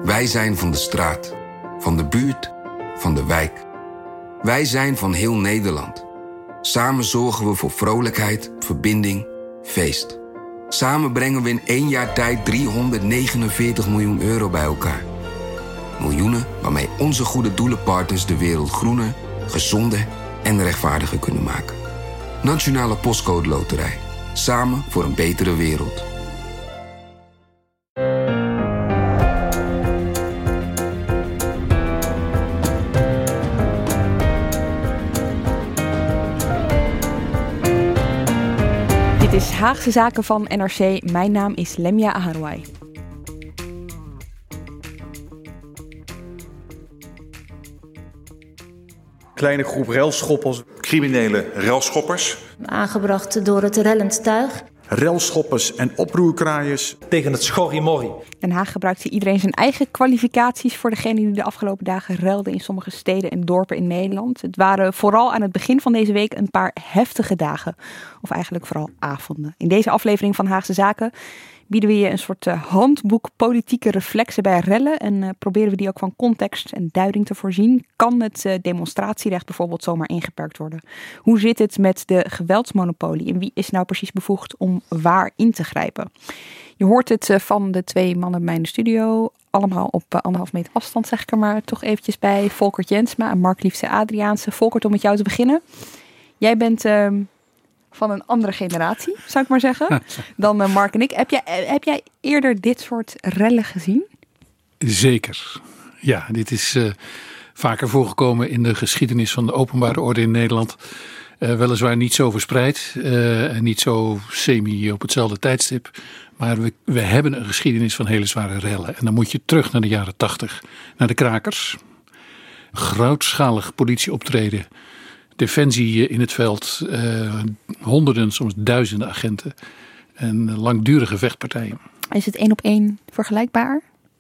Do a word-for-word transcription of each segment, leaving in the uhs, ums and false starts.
Wij zijn van de straat, van de buurt, van de wijk. Wij zijn van heel Nederland. Samen zorgen we voor vrolijkheid, verbinding, feest. Samen brengen we in één jaar tijd driehonderdnegenenveertig miljoen euro bij elkaar. Miljoenen waarmee onze goede doelenpartners de wereld groener, gezonder en rechtvaardiger kunnen maken. Nationale Postcode Loterij. Samen voor een betere wereld. Dit is Haagse Zaken van N R C. Mijn naam is Lemia Aharouai. Kleine groep relschoppers. Criminele relschoppers. Aangebracht door het rellend tuig. Relschoppers en oproerkraaiers. Tegen het schorrimorrie. Den Haag gebruikte iedereen zijn eigen kwalificaties voor degene die de afgelopen dagen relden in sommige steden en dorpen in Nederland. Het waren vooral aan het begin van deze week een paar heftige dagen. Of eigenlijk vooral avonden. In deze aflevering van Haagse Zaken bieden we je een soort uh, handboek politieke reflexen bij rellen. En uh, proberen we die ook van context en duiding te voorzien. Kan het uh, demonstratierecht bijvoorbeeld zomaar ingeperkt worden? Hoe zit het met de geweldsmonopolie? En wie is nou precies bevoegd om waar in te grijpen? Je hoort het uh, van de twee mannen bij mij in de studio. Allemaal op uh, anderhalf meter afstand, zeg ik er maar toch eventjes bij. Volkert Jensma en Mark Liefse Adriaanse. Volkert, om met jou te beginnen. Jij bent Uh, van een andere generatie, zou ik maar zeggen, dan uh, Mark en ik. Heb jij, heb jij eerder dit soort rellen gezien? Zeker. Ja, dit is uh, vaker voorgekomen in de geschiedenis van de openbare orde in Nederland. Uh, weliswaar niet zo verspreid uh, en niet zo semi op hetzelfde tijdstip. Maar we, we hebben een geschiedenis van hele zware rellen. En dan moet je terug naar de jaren tachtig, naar de krakers. Grootschalig politieoptreden. Defensie in het veld, uh, honderden, soms duizenden agenten en langdurige vechtpartijen. Is het één op één vergelijkbaar?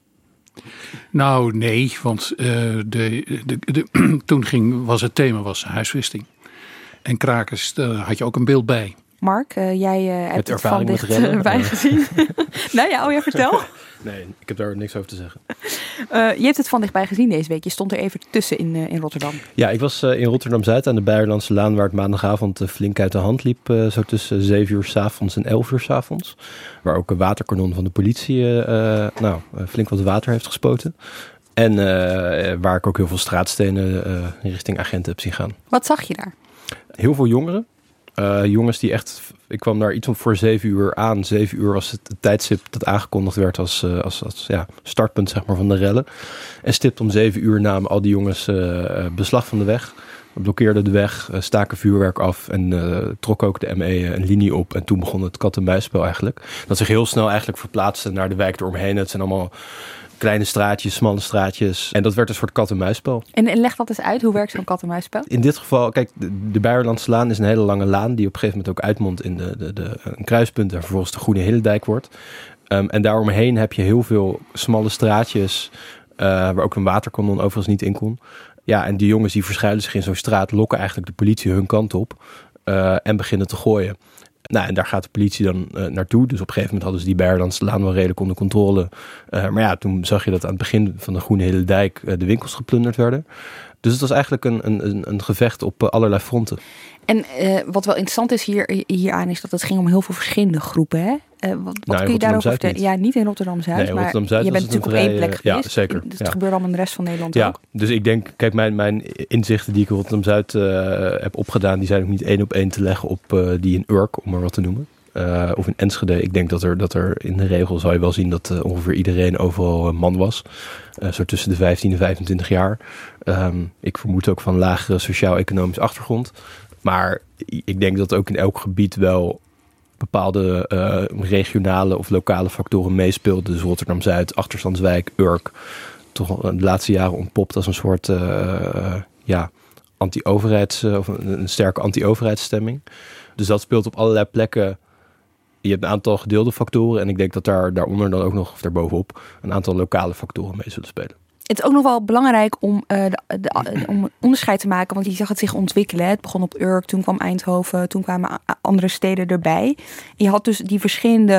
Nou nee, want uh, de, de, de, toen ging, was het thema was huisvesting. En krakers, daar had je ook een beeld bij. Mark, uh, jij uh, hebt het van dichtbij uh, gezien. Nou ja, oh ja, vertel. Nee, ik heb daar niks over te zeggen. Uh, je hebt het van dichtbij gezien deze week. Je stond er even tussen in, uh, in Rotterdam. Ja, ik was uh, in Rotterdam-Zuid aan de Beierlandse Laan, waar het maandagavond uh, flink uit de hand liep. Uh, zo tussen zeven uur 's avonds en elf uur 's avonds. Waar ook een waterkanon van de politie uh, uh, nou, uh, flink wat water heeft gespoten. En uh, waar ik ook heel veel straatstenen uh, richting agenten heb zien gaan. Wat zag je daar? Heel veel jongeren. Uh, jongens die echt, ik kwam daar iets om voor zeven uur aan. Zeven uur was het, het tijdstip dat aangekondigd werd als, uh, als, als ja, startpunt zeg maar, van de rellen. En stipt om zeven uur namen al die jongens uh, beslag van de weg. Blokkeerden de weg, uh, staken vuurwerk af en uh, trokken ook de M E een linie op. En toen begon het kat-en-muisspel eigenlijk. Dat zich heel snel eigenlijk verplaatste naar de wijk eromheen. Het zijn allemaal kleine straatjes, smalle straatjes. En dat werd een soort kat-en-muisspel. En, en leg dat eens uit, hoe werkt zo'n kat-en-muisspel? In dit geval, kijk, de, de Beierlandse Laan is een hele lange laan die op een gegeven moment ook uitmondt in de, de, de, een kruispunt en vervolgens de Groene Hillendijk wordt. Um, en daaromheen heb je heel veel smalle straatjes uh, waar ook een waterkanon overigens niet in kon. Ja, en die jongens die verschuilen zich in zo'n straat, lokken eigenlijk de politie hun kant op uh, en beginnen te gooien. Nou, en daar gaat de politie dan uh, naartoe. Dus op een gegeven moment hadden ze die Beierlandse Laan wel redelijk onder controle. Uh, maar ja, toen zag je dat aan het begin van de Groene Hillendijk uh, de winkels geplunderd werden. Dus het was eigenlijk een, een, een gevecht op uh, allerlei fronten. En uh, wat wel interessant is hier, hieraan is dat het ging om heel veel verschillende groepen, hè? Uh, wat wat nou, kun je daarover vertellen? Ja, niet in Rotterdam-Zuid, nee, maar Rotterdam-Zuid je bent natuurlijk vrij, op één plek geweest. Ja, zeker. Dus het ja. gebeurt allemaal in de rest van Nederland ja, ook. Dus ik denk, kijk, mijn, mijn inzichten die ik in Rotterdam-Zuid uh, heb opgedaan, die zijn ook niet één op één te leggen op uh, die in Urk, om maar wat te noemen. Uh, of in Enschede. Ik denk dat er, dat er in de regel zou je wel zien dat uh, ongeveer iedereen overal een man was. Uh, zo tussen de vijftien en vijfentwintig jaar. Um, ik vermoed ook van lagere sociaal-economische achtergrond. Maar ik denk dat ook in elk gebied wel bepaalde uh, regionale of lokale factoren meespeelden. Dus Rotterdam-Zuid, Achterstandswijk, Urk. Toch de laatste jaren ontpopt als een soort uh, ja, anti-overheids, uh, of een, een sterke anti-overheidsstemming. Dus dat speelt op allerlei plekken. Je hebt een aantal gedeelde factoren. En ik denk dat daar daaronder dan ook nog, of daarbovenop, een aantal lokale factoren mee zullen spelen. Het is ook nog wel belangrijk om, uh, de, de, om onderscheid te maken. Want je zag het zich ontwikkelen. Het begon op Urk, toen kwam Eindhoven, toen kwamen andere steden erbij. En je had dus die verschillende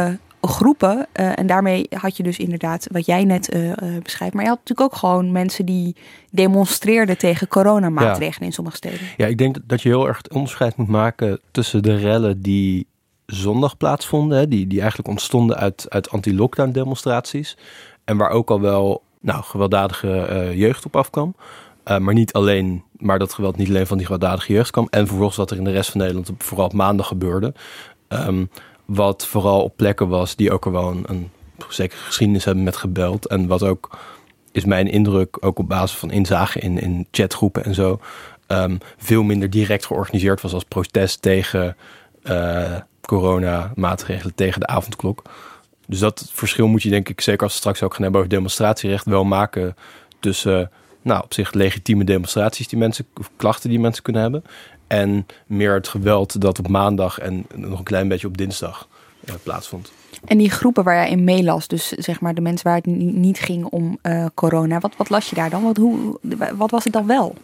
groepen. Uh, en daarmee had je dus inderdaad wat jij net uh, uh, beschrijft. Maar je had natuurlijk ook gewoon mensen die demonstreerden tegen coronamaatregelen ja. in sommige steden. Ja, ik denk dat je heel erg het onderscheid moet maken tussen de rellen die zondag plaatsvonden. Hè, die, die eigenlijk ontstonden uit, uit anti-lockdown demonstraties. En waar ook al wel nou, gewelddadige uh, jeugd op afkwam. Uh, maar niet alleen, maar dat geweld niet alleen van die gewelddadige jeugd kwam. En vervolgens wat er in de rest van Nederland op, vooral op maandag gebeurde. Um, wat vooral op plekken was die ook gewoon een zekere geschiedenis hebben met geweld. En wat ook, is mijn indruk, ook op basis van inzage in, in chatgroepen en zo, um, veel minder direct georganiseerd was als protest tegen uh, coronamaatregelen, tegen de avondklok. Dus dat verschil moet je denk ik, zeker als we straks ook gaan hebben over demonstratierecht, wel maken tussen, uh, nou op zich legitieme demonstraties die mensen, of klachten die mensen kunnen hebben. En meer het geweld dat op maandag en nog een klein beetje op dinsdag uh, plaatsvond. En die groepen waar jij in meelas, dus zeg maar de mensen waar het niet ging om uh, corona. Wat, wat las je daar dan? Wat, hoe, wat was het dan wel?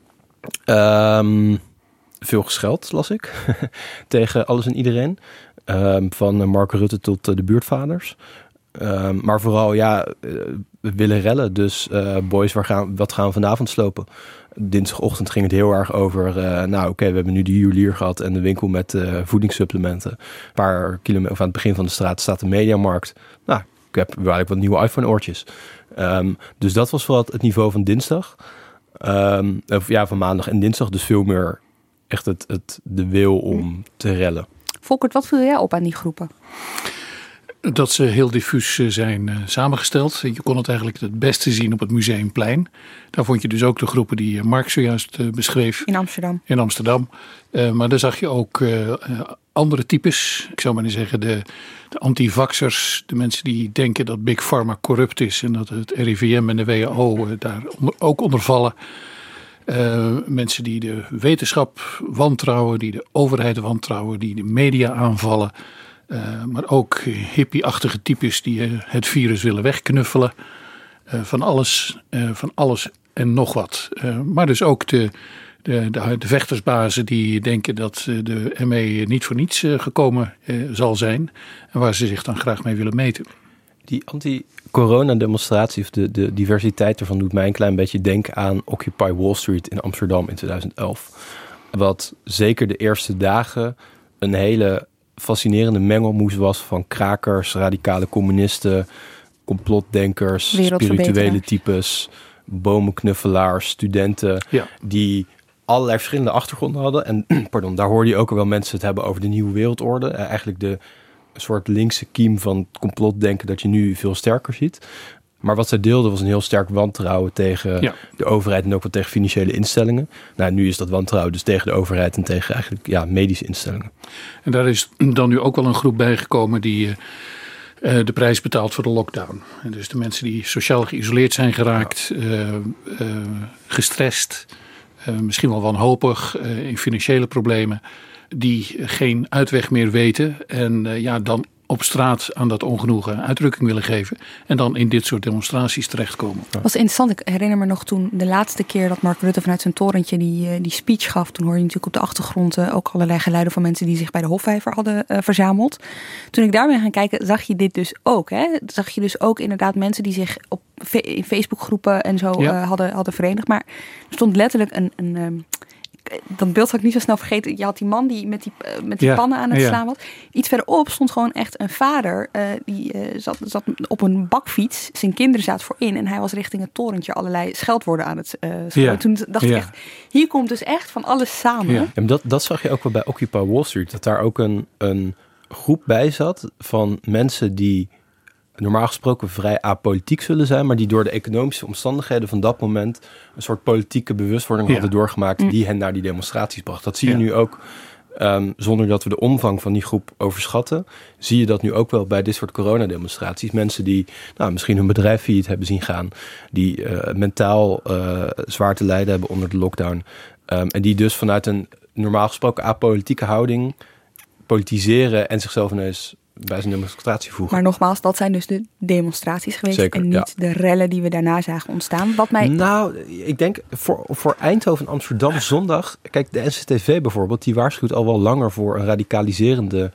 Um, veel gescheld las ik. Tegen alles en iedereen. Um, van Mark Rutte tot uh, de buurtvaders. Um, maar vooral, ja, uh, we willen rellen. Dus uh, boys, waar gaan, wat gaan we vanavond slopen? Dinsdagochtend ging het heel erg over, uh, nou oké, okay, we hebben nu de juwelier gehad en de winkel met uh, voedingssupplementen. Een paar kilometer, of aan het begin van de straat staat de mediamarkt. Nou, ik heb eigenlijk wat nieuwe iPhone-oortjes. Um, dus dat was vooral het niveau van dinsdag. Um, of ja, van maandag en dinsdag. Dus veel meer echt het, het, de wil om te rellen. Volkert, wat viel jij op aan die groepen? Dat ze heel diffuus zijn uh, samengesteld. Je kon het eigenlijk het beste zien op het Museumplein. Daar vond je dus ook de groepen die Mark zojuist uh, beschreef. In Amsterdam. In Amsterdam. Uh, maar daar zag je ook uh, uh, andere types. Ik zou maar niet zeggen de, de antivaxers. De mensen die denken dat Big Pharma corrupt is. En dat het R I V M en de W H O uh, daar onder, ook onder vallen. Uh, mensen die de wetenschap wantrouwen. Die de overheid wantrouwen. Die de media aanvallen. Uh, maar ook hippie-achtige types die uh, het virus willen wegknuffelen. Uh, van alles, uh, van alles en nog wat. Uh, maar dus ook de, de, de, de vechtersbazen die denken dat uh, de M E niet voor niets uh, gekomen uh, zal zijn. En waar ze zich dan graag mee willen meten. Die anti-corona-demonstratie of de, de diversiteit ervan doet mij een klein beetje denken aan Occupy Wall Street in Amsterdam in twintig elf. Wat zeker de eerste dagen een hele fascinerende mengelmoes was van krakers, radicale communisten, complotdenkers, spirituele types, bomenknuffelaars, studenten, ja. die allerlei verschillende achtergronden hadden. En pardon, daar hoorde je ook wel mensen het hebben over de nieuwe wereldorde. Uh, eigenlijk de soort linkse kiem van complotdenken dat je nu veel sterker ziet. Maar wat zij deelden was een heel sterk wantrouwen tegen ja. de overheid en ook wel tegen financiële instellingen. Nou, nu is dat wantrouwen dus tegen de overheid en tegen eigenlijk ja, medische instellingen. En daar is dan nu ook wel een groep bijgekomen die uh, de prijs betaalt voor de lockdown. En dus de mensen die sociaal geïsoleerd zijn geraakt, ja. uh, uh, gestrest, uh, misschien wel wanhopig, uh, in financiële problemen, die geen uitweg meer weten en uh, ja, dan op straat aan dat ongenoegen uitdrukking willen geven. En dan in dit soort demonstraties terechtkomen. Dat was interessant. Ik herinner me nog toen de laatste keer dat Mark Rutte vanuit zijn torentje die, die speech gaf. Toen hoorde je natuurlijk op de achtergrond uh, ook allerlei geluiden van mensen die zich bij de Hofvijver hadden uh, verzameld. Toen ik daar ben gaan kijken, zag je dit dus ook. Hè? Zag je dus ook inderdaad mensen die zich op in Facebookgroepen en zo ja. uh, hadden, hadden verenigd. Maar er stond letterlijk een... een um, dat beeld had ik niet zo snel vergeten. Je had die man die met die, uh, met die ja, pannen aan het ja. slaan was. Iets verderop stond gewoon echt een vader. Uh, die uh, zat, zat op een bakfiets. Zijn kinderen zaten voorin. En hij was richting het torentje allerlei scheldwoorden aan het uh, schreeuwen. Ja. Toen dacht ja. ik echt, hier komt dus echt van alles samen. Ja. En dat, dat zag je ook wel bij Occupy Wall Street. Dat daar ook een, een groep bij zat van mensen die normaal gesproken vrij apolitiek zullen zijn, maar die door de economische omstandigheden van dat moment een soort politieke bewustwording ja. hadden doorgemaakt mm. die hen naar die demonstraties bracht. Dat zie je ja. nu ook, um, zonder dat we de omvang van die groep overschatten, zie je dat nu ook wel bij dit soort coronademonstraties. Mensen die nou, misschien hun bedrijf failliet hebben zien gaan, die uh, mentaal uh, zwaar te lijden hebben onder de lockdown. Um, en die dus vanuit een normaal gesproken apolitieke houding politiseren en zichzelf ineens bij zijn demonstratie voegen. Maar nogmaals, dat zijn dus de demonstraties geweest. Zeker, en niet ja. de rellen die we daarna zagen ontstaan. Wat mij... Nou, ik denk voor, voor Eindhoven en Amsterdam zondag. Kijk, de N C T V bijvoorbeeld, die waarschuwt al wel langer voor een radicaliserende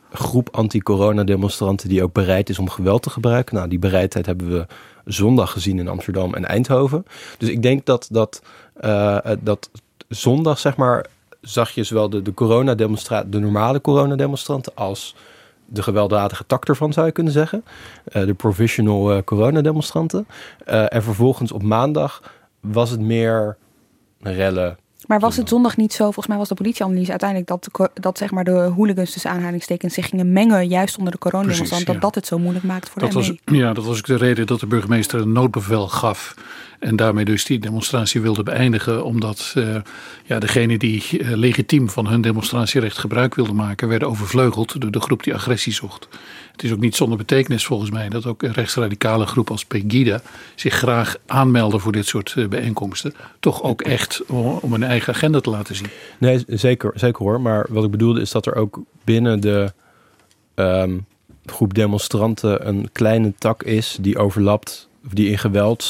groep anti-corona-demonstranten die ook bereid is om geweld te gebruiken. Nou, die bereidheid hebben we zondag gezien in Amsterdam en Eindhoven. Dus ik denk dat, dat, uh, dat zondag, zeg maar, zag je zowel de, de, coronademonstra- de normale coronademonstranten als de gewelddadige tak ervan, zou je kunnen zeggen. Uh, de provisional uh, coronademonstranten. Uh, en vervolgens op maandag was het meer rellen. Maar was het zondag niet zo, volgens mij was de politieanalyse uiteindelijk dat, de, dat zeg maar de hooligans tussen aanhalingstekens zich gingen mengen juist onder de coronademonstranten, dat ja. dat het zo moeilijk maakt voor dat de M E? was, Ja, dat was ook de reden dat de burgemeester een noodbevel gaf en daarmee dus die demonstratie wilde beëindigen, omdat uh, ja, degenen die uh, legitiem van hun demonstratierecht gebruik wilden maken, werden overvleugeld door de groep die agressie zocht. Het is ook niet zonder betekenis volgens mij dat ook een rechtsradicale groep als Pegida zich graag aanmelden voor dit soort uh, bijeenkomsten. Toch ook echt om, om een eigen agenda te laten zien. Nee, zeker, zeker hoor. Maar wat ik bedoelde is dat er ook binnen de um, groep demonstranten een kleine tak is die overlapt, of die in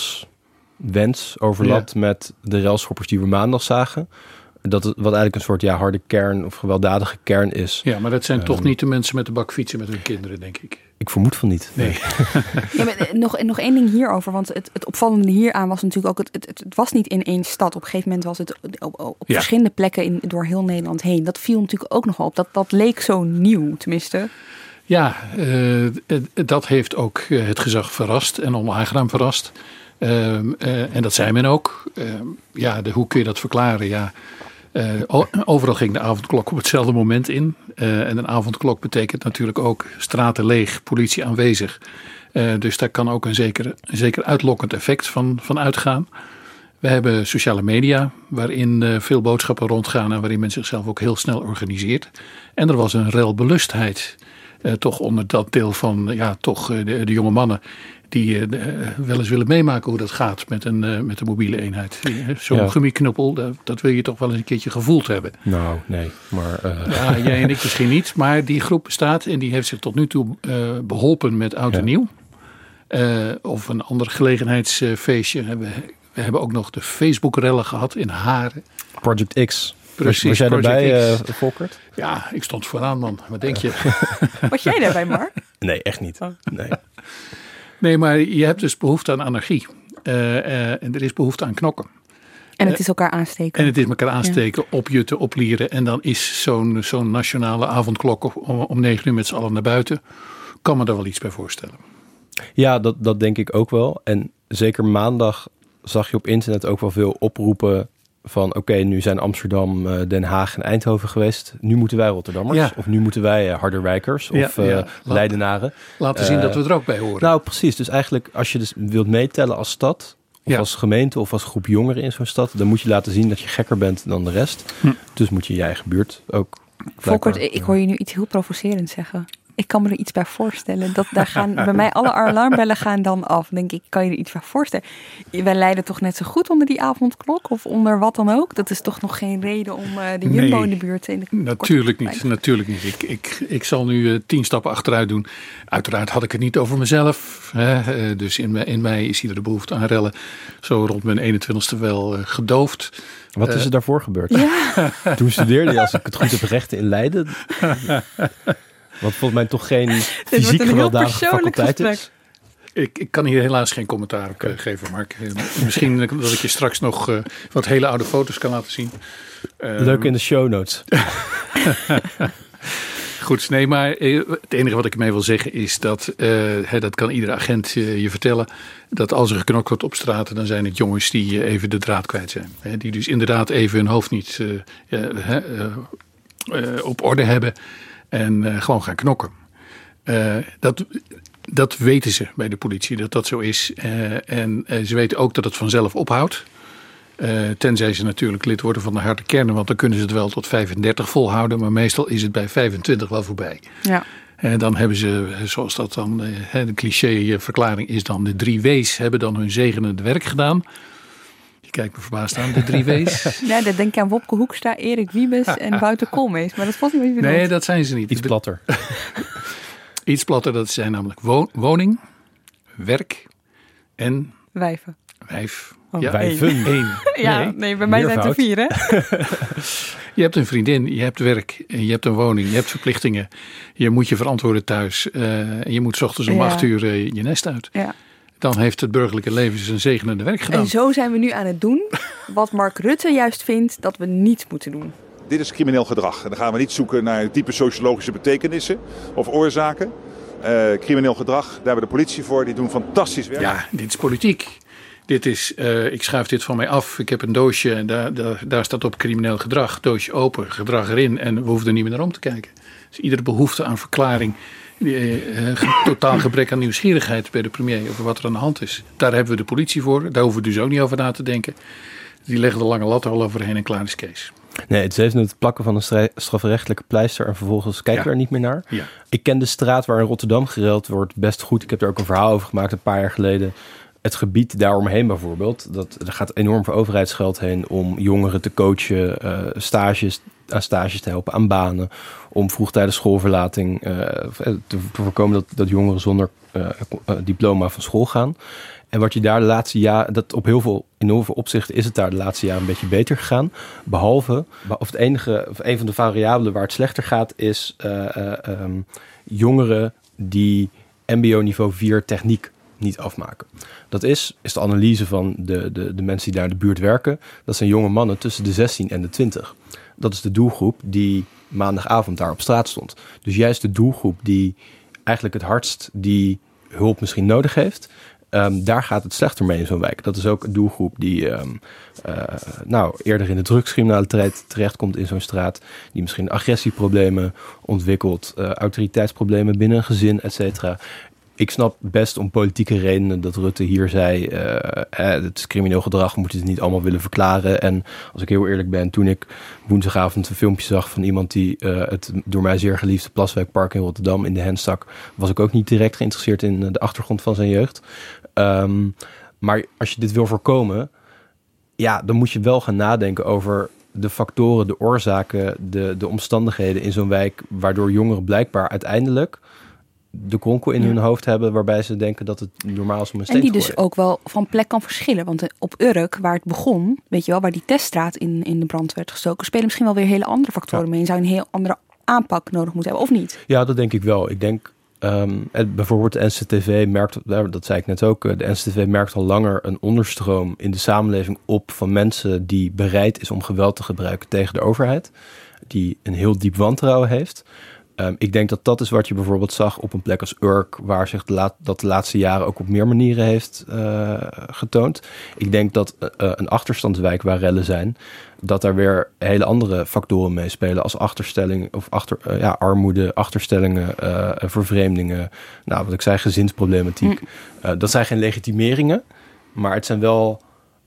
geweldswens overlapt ja. met de relschoppers die we maandag zagen. Dat het, wat eigenlijk een soort ja, harde kern of gewelddadige kern is. Ja, maar dat zijn um, toch niet de mensen met de bakfietsen met hun kinderen, denk ik. Ik vermoed van niet. Nee. Ja, maar nog, nog één ding hierover, want het, het opvallende hieraan was natuurlijk ook, het, het, het was niet in één stad. Op een gegeven moment was het op, op ja. verschillende plekken in, door heel Nederland heen. Dat viel natuurlijk ook nog op. Dat, dat leek zo nieuw, tenminste. Ja, uh, dat heeft ook het gezag verrast en onaangenaam verrast. Uh, uh, en dat zei men ook. Uh, ja, de, hoe kun je dat verklaren? Ja. Uh, overal ging de avondklok op hetzelfde moment in. Uh, en een avondklok betekent natuurlijk ook straten leeg, politie aanwezig. Uh, dus daar kan ook een zeker, een zeker uitlokkend effect van, van uitgaan. We hebben sociale media waarin uh, veel boodschappen rondgaan en waarin men zichzelf ook heel snel organiseert. En er was een relbelustheid uh, toch onder dat deel van ja, toch, uh, de, de jonge mannen die uh, wel eens willen meemaken hoe dat gaat met een, uh, met een mobiele eenheid. Zo'n ja. gummiknuppel, dat, dat wil je toch wel eens een keertje gevoeld hebben. Nou, nee. Maar, uh... ja, jij en ik misschien niet, maar die groep bestaat en die heeft zich tot nu toe uh, beholpen met oud en ja. nieuw. Uh, of een ander gelegenheidsfeestje. We, we hebben ook nog de Facebook-rellen gehad in Haren. Project X. Precies, was jij Project daarbij, X. Uh, Volkert? Ja, ik stond vooraan, man. Wat denk je? Was jij daarbij, Mark? Nee, echt niet. Oh. Nee. Nee, maar je hebt dus behoefte aan anarchie. Uh, uh, en er is behoefte aan knokken. En het is elkaar aansteken. En het is elkaar aansteken, ja. opjutten, oplieren. En dan is zo'n, zo'n nationale avondklok om, om negen uur met z'n allen naar buiten. Kan me daar wel iets bij voorstellen. Ja, dat, dat denk ik ook wel. En zeker maandag zag je op internet ook wel veel oproepen van oké, okay, nu zijn Amsterdam, Den Haag en Eindhoven geweest. Nu moeten wij Rotterdammers. Ja. Of nu moeten wij uh, Harderwijkers of ja, ja. Uh, Leidenaren. Laten zien uh, dat we er ook bij horen. Nou, precies. Dus eigenlijk als je dus wilt meetellen als stad, of ja. als gemeente of als groep jongeren in zo'n stad, dan moet je laten zien dat je gekker bent dan de rest. Hm. Dus moet je je eigen buurt ook. Volkert, ik hoor je nu iets heel provocerends zeggen. Ik kan me er iets bij voorstellen. Dat daar gaan bij mij alle alarmbellen gaan dan af. Denk ik, kan je er iets bij voorstellen? Wij lijden toch net zo goed onder die avondklok of onder wat dan ook? Dat is toch nog geen reden om uh, de Jumbo nee, in de buurt te in de natuurlijk niet, natuurlijk niet. Ik, ik, ik zal nu uh, tien stappen achteruit doen. Uiteraard had ik het niet over mezelf. Hè? Uh, dus in, in mij is iedere behoefte aan rellen zo rond mijn eenentwintigste wel uh, gedoofd. Wat is er daarvoor gebeurd? Ja. Toen studeerde je, als ik het goed heb, rechten in Leiden. Wat volgens mij toch geen fysiek gewelddadige faculteit is. Ik, ik kan hier helaas geen commentaar op uh, geven, Mark. Uh, misschien dat ik je straks nog uh, wat hele oude foto's kan laten zien. Uh, Leuk in de show notes. Goed, nee, maar uh, het enige wat ik mee wil zeggen is dat, uh, hè, dat kan iedere agent uh, je vertellen, dat als er geknokt wordt op straat, dan zijn het jongens die uh, even de draad kwijt zijn. Hè, die dus inderdaad even hun hoofd niet uh, uh, uh, uh, op orde hebben. En uh, gewoon gaan knokken. Uh, dat, dat weten ze bij de politie, dat dat zo is. Uh, en uh, ze weten ook dat het vanzelf ophoudt. Uh, tenzij ze natuurlijk lid worden van de harde kern. Want dan kunnen ze het wel tot vijfendertig volhouden. Maar meestal is het bij vijfentwintig wel voorbij. Ja. En dan hebben ze, zoals dat dan uh, de cliché verklaring is dan. De drie W's hebben dan hun zegenende werk gedaan. Je kijkt me verbaasd aan, de drie W's. Ja, dat denk ik aan Wopke Hoekstra, Erik Wiebes en Wouter Koolmees. Maar dat valt niet wat je bedoelt. Nee, dat zijn ze niet. Iets platter. Iets platter, dat zijn namelijk wo- woning, werk en... Wijven. Vijf. Oh, ja, Vijven. één. Ja, nee, nee bij mij zijn het er vier, hè? Je hebt een vriendin, je hebt werk, je hebt een woning, je hebt verplichtingen. Je moet je verantwoorden thuis. Uh, en je moet 's ochtends om ja. acht uur uh, je nest uit. Ja. Dan heeft het burgerlijke leven zijn zegenende werk gedaan. En zo zijn we nu aan het doen wat Mark Rutte juist vindt dat we niet moeten doen. Dit is crimineel gedrag. En dan gaan we niet zoeken naar diepe sociologische betekenissen of oorzaken. Uh, crimineel gedrag, daar hebben we de politie voor. Die doen fantastisch werk. Ja, dit is politiek. Dit is, uh, ik schuif dit van mij af. Ik heb een doosje en daar, daar, daar staat op crimineel gedrag. Doosje open, gedrag erin en we hoeven er niet meer naar om te kijken. Dus iedere behoefte aan verklaring, uh, uh, totaal gebrek aan nieuwsgierigheid bij de premier over wat er aan de hand is. Daar hebben we de politie voor. Daar hoeven we dus ook niet over na te denken. Die leggen de lange lat er al overheen en klaar is Kees. Nee, het is het plakken van een strafrechtelijke pleister en vervolgens kijken we ja. er niet meer naar. Ja. Ik ken de straat waar in Rotterdam gereld wordt best goed. Ik heb er ook een verhaal over gemaakt een paar jaar geleden. Het gebied daaromheen bijvoorbeeld, dat, er gaat enorm veel overheidsgeld heen om jongeren te coachen, uh, stages, aan stages te helpen, aan banen, om vroegtijdig schoolverlating uh, te, te voorkomen dat, dat jongeren zonder uh, diploma van school gaan. En wat je daar de laatste jaren, dat op heel veel, in heel veel opzichten is het daar de laatste jaren een beetje beter gegaan. Behalve, of het enige, of een van de variabelen waar het slechter gaat, is uh, uh, um, jongeren die M B O niveau vier techniek niet afmaken. Dat is, is de analyse van de, de, de mensen die daar in de buurt werken. Dat zijn jonge mannen tussen de zestien en de twintig. Dat is de doelgroep die maandagavond daar op straat stond. Dus juist de doelgroep die eigenlijk het hardst die hulp misschien nodig heeft. Um, daar gaat het slechter mee in zo'n wijk. Dat is ook een doelgroep die um, uh, nou, eerder in de drugscriminaliteit terechtkomt in zo'n straat. Die misschien agressieproblemen ontwikkelt, uh, autoriteitsproblemen binnen een gezin, et cetera. Ik snap best om politieke redenen dat Rutte hier zei, uh, eh, het is crimineel gedrag, we moeten het niet allemaal willen verklaren. En als ik heel eerlijk ben, toen ik woensdagavond een filmpje zag van iemand die uh, het door mij zeer geliefde Plaswijkpark in Rotterdam in de hand stak, was ik ook niet direct geïnteresseerd in de achtergrond van zijn jeugd. Um, maar als je dit wil voorkomen, ja, dan moet je wel gaan nadenken over de factoren, de oorzaken, de, de omstandigheden in zo'n wijk, waardoor jongeren blijkbaar uiteindelijk de kronkel in ja. hun hoofd hebben, waarbij ze denken dat het normaal is om een steen te te gooien. En die dus ook wel van plek kan verschillen. Want op Urk, waar het begon, weet je wel, waar die teststraat in, in de brand werd gestoken, spelen misschien wel weer hele andere factoren ja. mee. En zou een heel andere aanpak nodig moeten hebben, of niet? Ja, dat denk ik wel. Ik denk, um, het, bijvoorbeeld de N C T V merkt, dat zei ik net ook, de N C T V merkt al langer een onderstroom in de samenleving op van mensen die bereid is om geweld te gebruiken tegen de overheid. Die een heel diep wantrouwen heeft. Um, ik denk dat dat is wat je bijvoorbeeld zag op een plek als Urk, waar zich de laat, dat de laatste jaren ook op meer manieren heeft uh, getoond. Ik denk dat uh, een achterstandswijk waar rellen zijn, dat daar weer hele andere factoren meespelen als achterstelling of achter, uh, ja, armoede, achterstellingen, uh, vervreemdingen, nou wat ik zei, gezinsproblematiek. Mm. Uh, dat zijn geen legitimeringen, maar het zijn wel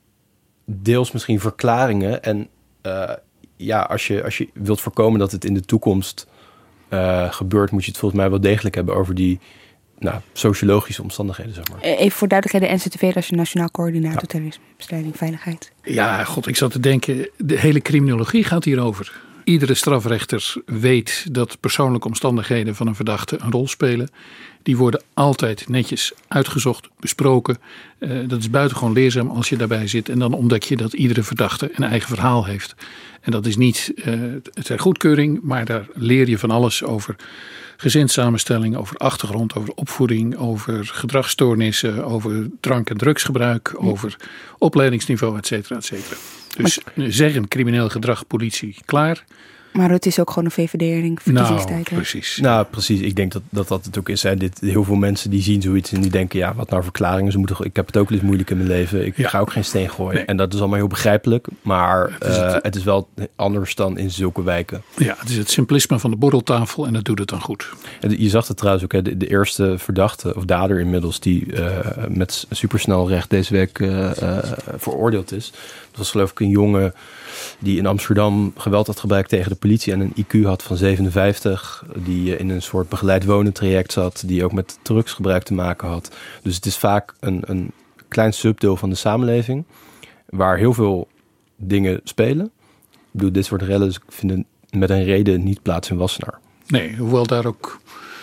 deels misschien verklaringen. En uh, ja, als je, als je wilt voorkomen dat het in de toekomst Uh, gebeurt, moet je het volgens mij wel degelijk hebben over die nou, sociologische omstandigheden, zeg maar. Even voor duidelijkheid, de N C T V, dat is de Nationaal Coördinator ja. Terrorismebestrijding Veiligheid. Ja, god, ik zat te denken, de hele criminologie gaat hierover. Iedere strafrechter weet dat persoonlijke omstandigheden van een verdachte een rol spelen. Die worden altijd netjes uitgezocht, besproken. Uh, dat is buitengewoon leerzaam als je daarbij zit. En dan ontdek je dat iedere verdachte een eigen verhaal heeft. En dat is niet uh, ter goedkeuring, maar daar leer je van alles over gezinssamenstelling, over achtergrond, over opvoeding, over gedragsstoornissen, over drank- en drugsgebruik, ja. over opleidingsniveau, et cetera, et cetera. Dus maar, zeggen crimineel gedrag, politie, klaar. Maar het is ook gewoon een V V D-ering verkiezingstijd. Nou, precies. Nou, precies. Ik denk dat, dat dat het ook is. Hè. Dit, heel veel mensen die zien zoiets en die denken, ja, wat nou verklaringen. Ze moeten, ik heb het ook wel eens moeilijk in mijn leven. Ik ja. ga ook geen steen gooien. Nee. En dat is allemaal heel begrijpelijk. Maar het is, uh, het, het is wel anders dan in zulke wijken. Ja, het is het simplisme van de borreltafel en dat doet het dan goed. En je zag het trouwens ook, hè, de, de eerste verdachte of dader inmiddels die uh, met supersnel recht deze week uh, uh, veroordeeld is. Dat was geloof ik een jongen die in Amsterdam geweld had gebruikt tegen de politie en een I Q had van zevenenvijftig, die in een soort begeleid wonen traject zat, die ook met drugsgebruik te maken had. Dus het is vaak een, een klein subdeel van de samenleving waar heel veel dingen spelen. Ik bedoel, dit soort rellen vinden met een reden niet plaats in Wassenaar. Nee, hoewel daar ook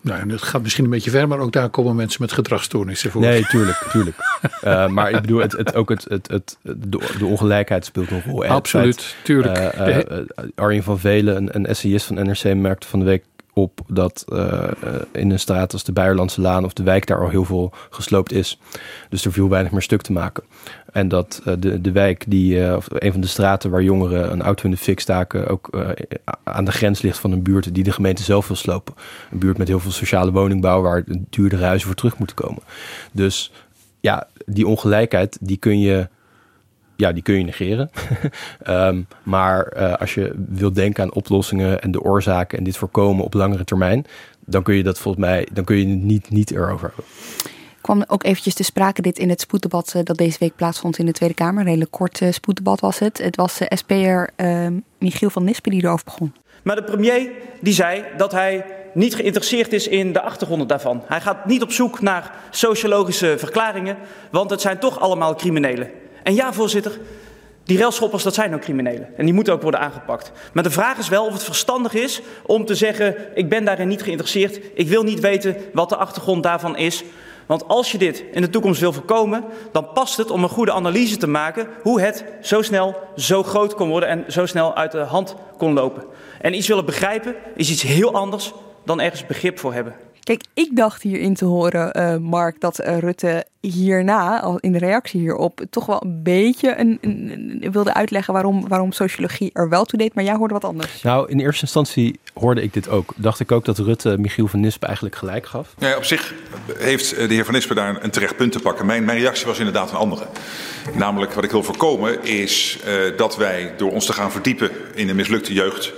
Nou, en het gaat misschien een beetje ver, maar ook daar komen mensen met gedragsstoornissen voor. Nee, tuurlijk, tuurlijk. uh, maar ik bedoel, het, het, ook het, het, het, de, de ongelijkheid speelt een rol. Absoluut, feit, tuurlijk. Uh, uh, uh, Arjen van Velen, een, een essayist van N R C, merkte van de week op dat uh, uh, in een straat als de Beierlandse Laan of de wijk daar al heel veel gesloopt is. Dus er viel weinig meer stuk te maken. En dat uh, de, de wijk, die, uh, of een van de straten waar jongeren een auto in de fik staken, ook uh, aan de grens ligt van een buurt die de gemeente zelf wil slopen. Een buurt met heel veel sociale woningbouw waar duurdere huizen voor terug moeten komen. Dus ja, die ongelijkheid, die kun je, ja, die kun je negeren. um, maar uh, als je wilt denken aan oplossingen en de oorzaken en dit voorkomen op langere termijn, dan kun je dat volgens mij, dan kun je het niet, niet erover hebben. Kwam ook eventjes te sprake dit in het spoeddebat uh, dat deze week plaatsvond in de Tweede Kamer. Een redelijk kort uh, spoeddebat was het. Het was uh, S P'er uh, Michiel van Nispen die erover begon. Maar de premier die zei dat hij niet geïnteresseerd is in de achtergronden daarvan. Hij gaat niet op zoek naar sociologische verklaringen, want het zijn toch allemaal criminelen. En ja, voorzitter, die railschoppers, dat zijn ook criminelen. En die moeten ook worden aangepakt. Maar de vraag is wel of het verstandig is om te zeggen, ik ben daarin niet geïnteresseerd. Ik wil niet weten wat de achtergrond daarvan is. Want als je dit in de toekomst wil voorkomen, dan past het om een goede analyse te maken hoe het zo snel zo groot kon worden en zo snel uit de hand kon lopen. En iets willen begrijpen is iets heel anders dan ergens begrip voor hebben. Kijk, ik dacht hierin te horen, uh, Mark, dat uh, Rutte hierna, in de reactie hierop, toch wel een beetje een, een, een, wilde uitleggen waarom, waarom sociologie er wel toe deed. Maar jij hoorde wat anders. Nou, in eerste instantie hoorde ik dit ook. Dacht ik ook dat Rutte Michiel van Nispen eigenlijk gelijk gaf. Ja, op zich heeft de heer Van Nispen daar een terecht punt te pakken. Mijn, mijn reactie was inderdaad een andere. Namelijk, wat ik wil voorkomen is uh, dat wij door ons te gaan verdiepen in een mislukte jeugd,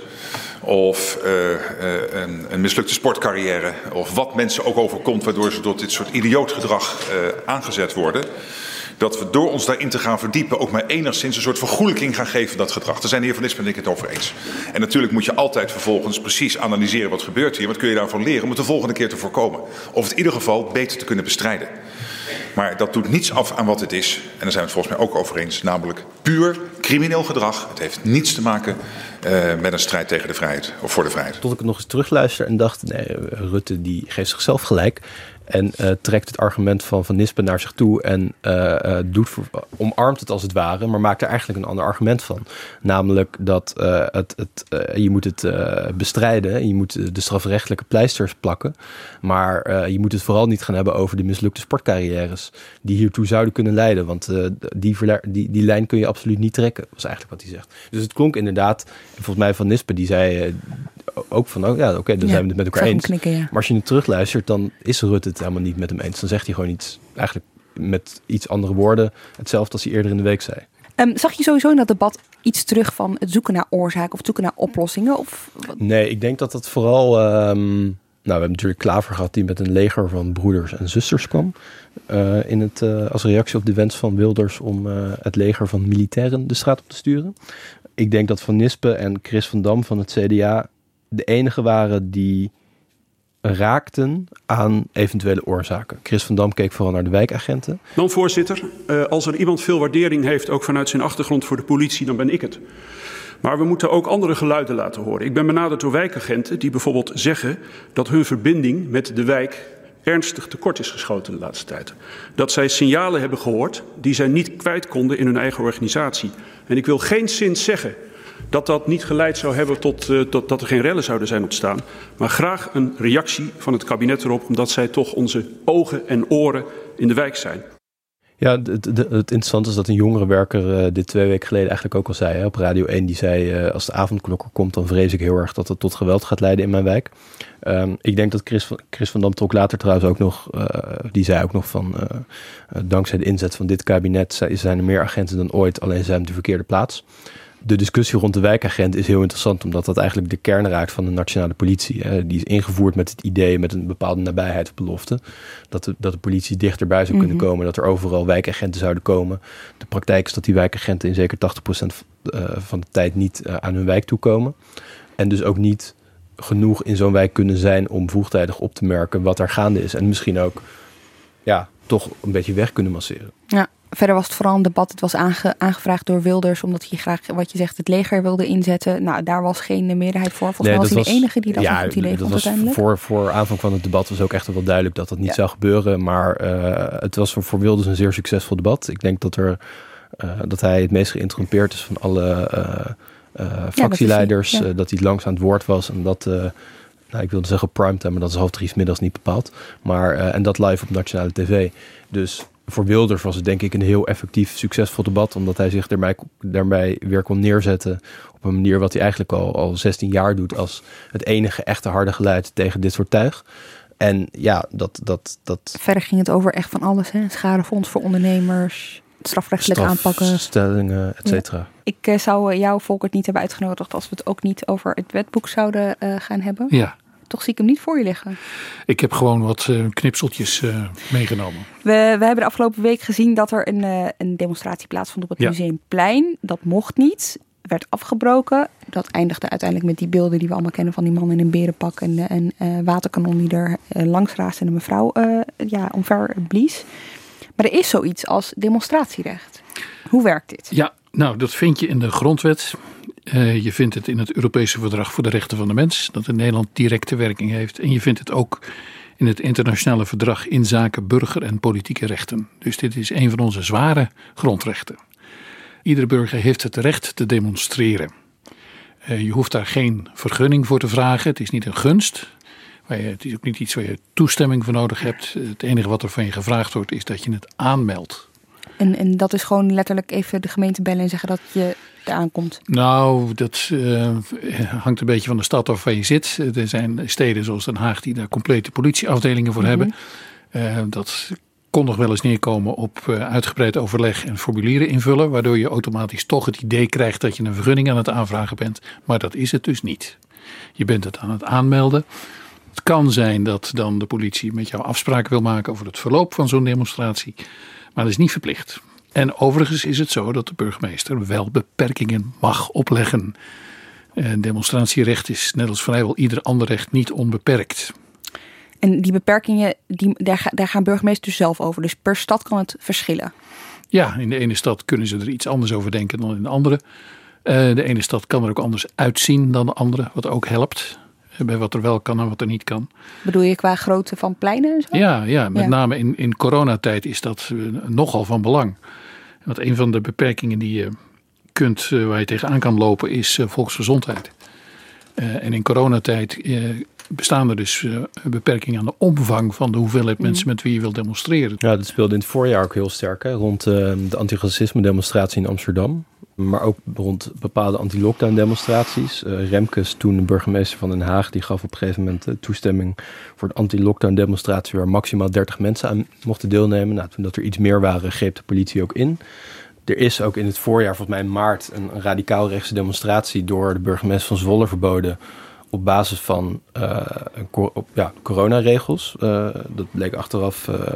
of uh, uh, een, een mislukte sportcarrière, of wat mensen ook overkomt waardoor ze tot dit soort idioot gedrag uh, aangezet worden, dat we door ons daarin te gaan verdiepen ook maar enigszins een soort vergoelijking gaan geven dat gedrag. Daar zijn de heer Van Nispen en ik het over eens. En natuurlijk moet je altijd vervolgens precies analyseren wat gebeurt hier, wat kun je daarvan leren om het de volgende keer te voorkomen. Of het in ieder geval beter te kunnen bestrijden. Maar dat doet niets af aan wat het is. En daar zijn we het volgens mij ook over eens. Namelijk puur crimineel gedrag. Het heeft niets te maken uh, met een strijd tegen de vrijheid of voor de vrijheid. Tot ik het nog eens terugluister en dacht, nee, Rutte die geeft zichzelf gelijk. En uh, trekt het argument van Van Nispen naar zich toe en uh, uh, doet, omarmt het als het ware, maar maakt er eigenlijk een ander argument van. Namelijk dat uh, het, het, uh, je moet het uh, bestrijden, je moet de strafrechtelijke pleisters plakken, maar uh, je moet het vooral niet gaan hebben over de mislukte sportcarrières die hiertoe zouden kunnen leiden, want uh, die, die, die lijn kun je absoluut niet trekken, was eigenlijk wat hij zegt. Dus het klonk inderdaad, volgens mij Van Nispen, die zei uh, ook van, oh ja, oké, okay, dan ja, zijn we het met elkaar eens. Knikken, ja. Maar als je het terugluistert, dan is Rutte het helemaal niet met hem eens. Dan zegt hij gewoon iets, eigenlijk met iets andere woorden, hetzelfde als hij eerder in de week zei. Um, zag je sowieso in dat debat iets terug van het zoeken naar oorzaken of het zoeken naar oplossingen? Of... Nee, ik denk dat dat vooral... Um, nou, we hebben natuurlijk Klaver gehad die met een leger van broeders en zusters kwam. Uh, in het, uh, als reactie op de wens van Wilders om uh, het leger van militairen de straat op te sturen. Ik denk dat Van Nispen en Chris van Dam van het C D A de enige waren die raakten aan eventuele oorzaken. Chris van Dam keek vooral naar de wijkagenten. Dan voorzitter, uh, als er iemand veel waardering heeft, ook vanuit zijn achtergrond voor de politie, dan ben ik het. Maar we moeten ook andere geluiden laten horen. Ik ben benaderd door wijkagenten die bijvoorbeeld zeggen dat hun verbinding met de wijk ernstig tekort is geschoten de laatste tijd. Dat zij signalen hebben gehoord die zij niet kwijt konden in hun eigen organisatie. En ik wil geenszins zeggen dat dat niet geleid zou hebben tot, uh, tot dat er geen rellen zouden zijn ontstaan. Maar graag een reactie van het kabinet erop, omdat zij toch onze ogen en oren in de wijk zijn. Ja, het, het, het interessante is dat een jongerenwerker uh, dit twee weken geleden eigenlijk ook al zei. Hè, op Radio één, die zei, uh, als de avondklok er komt, dan vrees ik heel erg dat het tot geweld gaat leiden in mijn wijk. Um, ik denk dat Chris van, Chris van Dam trok later trouwens ook nog, uh, die zei ook nog van, uh, uh, dankzij de inzet van dit kabinet zijn er meer agenten dan ooit, alleen zijn op de verkeerde plaats. De discussie rond de wijkagent is heel interessant, omdat dat eigenlijk de kern raakt van de nationale politie. Hè. Die is ingevoerd met het idee, met een bepaalde nabijheidsbelofte, dat de, dat de politie dichterbij zou kunnen komen, dat er overal wijkagenten zouden komen. De praktijk is dat die wijkagenten in zeker tachtig procent van de tijd niet uh, aan hun wijk toekomen. En dus ook niet genoeg in zo'n wijk kunnen zijn om vroegtijdig op te merken wat er gaande is. En misschien ook, ja, toch een beetje weg kunnen masseren. Ja. Verder was het vooral een debat. Het was aange, aangevraagd door Wilders, omdat hij graag, wat je zegt, het leger wilde inzetten. Nou, daar was geen meerderheid voor. Volgens mij nee, was hij was, de enige die dat ja, een goed idee vond uiteindelijk. Voor, voor aanvang van het debat was ook echt wel duidelijk dat dat niet ja. zou gebeuren. Maar uh, het was voor, voor Wilders een zeer succesvol debat. Ik denk dat, er, uh, dat hij het meest geïnterrumpeerd is van alle uh, uh, fractieleiders. Ja, dat, ja. uh, dat hij het langst aan het woord was en dat... Uh, Nou, ik wilde zeggen primetime, maar dat is half drie 's middags niet bepaald. Maar, uh, en dat live op nationale tv. Dus voor Wilders was het denk ik een heel effectief, succesvol debat. Omdat hij zich daarbij, daarbij weer kon neerzetten op een manier wat hij eigenlijk al, al zestien jaar doet. Als het enige echte harde geluid tegen dit soort tuig. En ja, dat... dat, dat... Verder ging het over echt van alles. Hè? Schadefonds voor ondernemers, strafrechtelijk aanpakken. Strafstellingen, et cetera. Ja. Ik uh, zou jou, Volkert, niet hebben uitgenodigd als we het ook niet over het wetboek zouden uh, gaan hebben. Ja. Toch zie ik hem niet voor je liggen. Ik heb gewoon wat uh, knipseltjes uh, meegenomen. We, we hebben de afgelopen week gezien dat er een, uh, een demonstratie plaatsvond op het ja. Museumplein. Dat mocht niet, werd afgebroken. Dat eindigde uiteindelijk met die beelden die we allemaal kennen van die man in een berenpak en een uh, waterkanon die er uh, langs raast en een mevrouw uh, ja, omver blies. Maar er is zoiets als demonstratierecht. Hoe werkt dit? Ja, nou dat vind je in de grondwet. Uh, je vindt het in het Europese Verdrag voor de Rechten van de Mens, dat in Nederland directe werking heeft. En je vindt het ook in het internationale verdrag in zaken burger- en politieke rechten. Dus dit is een van onze zware grondrechten. Iedere burger heeft het recht te demonstreren. Uh, je hoeft daar geen vergunning voor te vragen. Het is niet een gunst. Waar je, het is ook niet iets waar je toestemming voor nodig hebt. Het enige wat er van je gevraagd wordt is dat je het aanmeldt. En, en dat is gewoon letterlijk even de gemeente bellen en zeggen dat je er aankomt? Nou, dat uh, hangt een beetje van de stad af waar je zit. Er zijn steden zoals Den Haag die daar complete politieafdelingen voor mm-hmm. hebben. Uh, dat kon nog wel eens neerkomen op uh, uitgebreid overleg en formulieren invullen. Waardoor je automatisch toch het idee krijgt dat je een vergunning aan het aanvragen bent. Maar dat is het dus niet. Je bent het aan het aanmelden. Het kan zijn dat dan de politie met jou afspraken wil maken over het verloop van zo'n demonstratie. Maar dat is niet verplicht. En overigens is het zo dat de burgemeester wel beperkingen mag opleggen. En demonstratierecht is net als vrijwel ieder ander recht niet onbeperkt. En die beperkingen, die, daar, daar gaan burgemeesters zelf over. Dus per stad kan het verschillen. Ja, in de ene stad kunnen ze er iets anders over denken dan in de andere. Uh, de ene stad kan er ook anders uitzien dan de andere, wat ook helpt. Bij wat er wel kan en wat er niet kan. Bedoel je qua grootte van pleinen en zo? Ja, ja met ja. name in, in coronatijd is dat uh, nogal van belang. Want een van de beperkingen die je kunt, uh, waar je tegenaan kan lopen, is uh, volksgezondheid. Uh, en in coronatijd uh, bestaan er dus uh, beperkingen aan de omvang van de hoeveelheid mm. mensen met wie je wil demonstreren. Ja, dat speelde in het voorjaar ook heel sterk. Hè? Rond uh, de antiracisme demonstratie in Amsterdam. Maar ook rond bepaalde anti-lockdown demonstraties. Uh, Remkes, toen de burgemeester van Den Haag, die gaf op een gegeven moment uh, toestemming voor de anti-lockdown demonstratie waar maximaal dertig mensen aan mochten deelnemen. Nou, toen dat er iets meer waren, greep de politie ook in. Er is ook in het voorjaar, volgens mij in maart, een, een radicaal rechtse demonstratie door de burgemeester van Zwolle verboden op basis van uh, een cor- op, ja, coronaregels. Uh, dat bleek achteraf uh,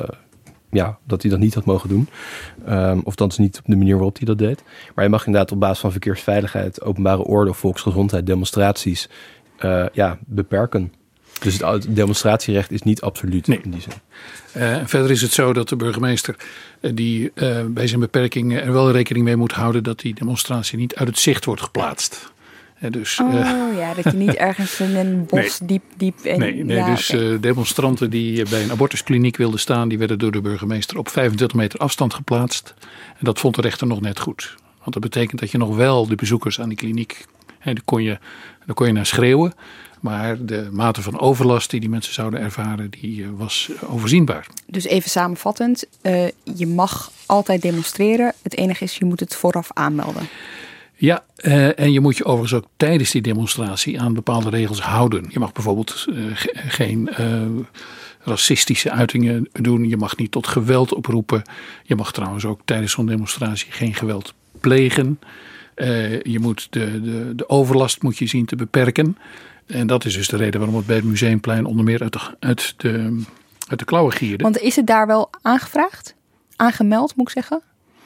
ja, dat hij dat niet had mogen doen. Um, of dat is niet op de manier waarop hij dat deed. Maar je mag inderdaad op basis van verkeersveiligheid, openbare orde of volksgezondheid demonstraties uh, ja, beperken. Dus het demonstratierecht is niet absoluut nee. in die zin. Uh, verder is het zo dat de burgemeester uh, die uh, bij zijn beperking er wel rekening mee moet houden dat die demonstratie niet uit het zicht wordt geplaatst. Uh, dus, oh uh, ja, dat je niet ergens in een bos nee. diep, diep... En, nee, nee ja, dus okay. uh, demonstranten die bij een abortuskliniek wilden staan, die werden door de burgemeester op vijfentwintig meter afstand geplaatst. En dat vond de rechter nog net goed. Want dat betekent dat je nog wel de bezoekers aan die kliniek, hè, daar kon je, daar kon je naar schreeuwen. Maar de mate van overlast die die mensen zouden ervaren, die uh, was uh, overzienbaar. Dus even samenvattend, uh, je mag altijd demonstreren. Het enige is, je moet het vooraf aanmelden. Ja, uh, en je moet je overigens ook tijdens die demonstratie aan bepaalde regels houden. Je mag bijvoorbeeld uh, ge- geen uh, racistische uitingen doen. Je mag niet tot geweld oproepen. Je mag trouwens ook tijdens zo'n demonstratie geen geweld plegen. Uh, je moet de, de, de overlast moet je zien te beperken. En dat is dus de reden waarom het bij het Museumplein onder meer uit de, uit de, uit de klauwen gierde. Want is het daar wel aangevraagd? Aangemeld, moet ik zeggen?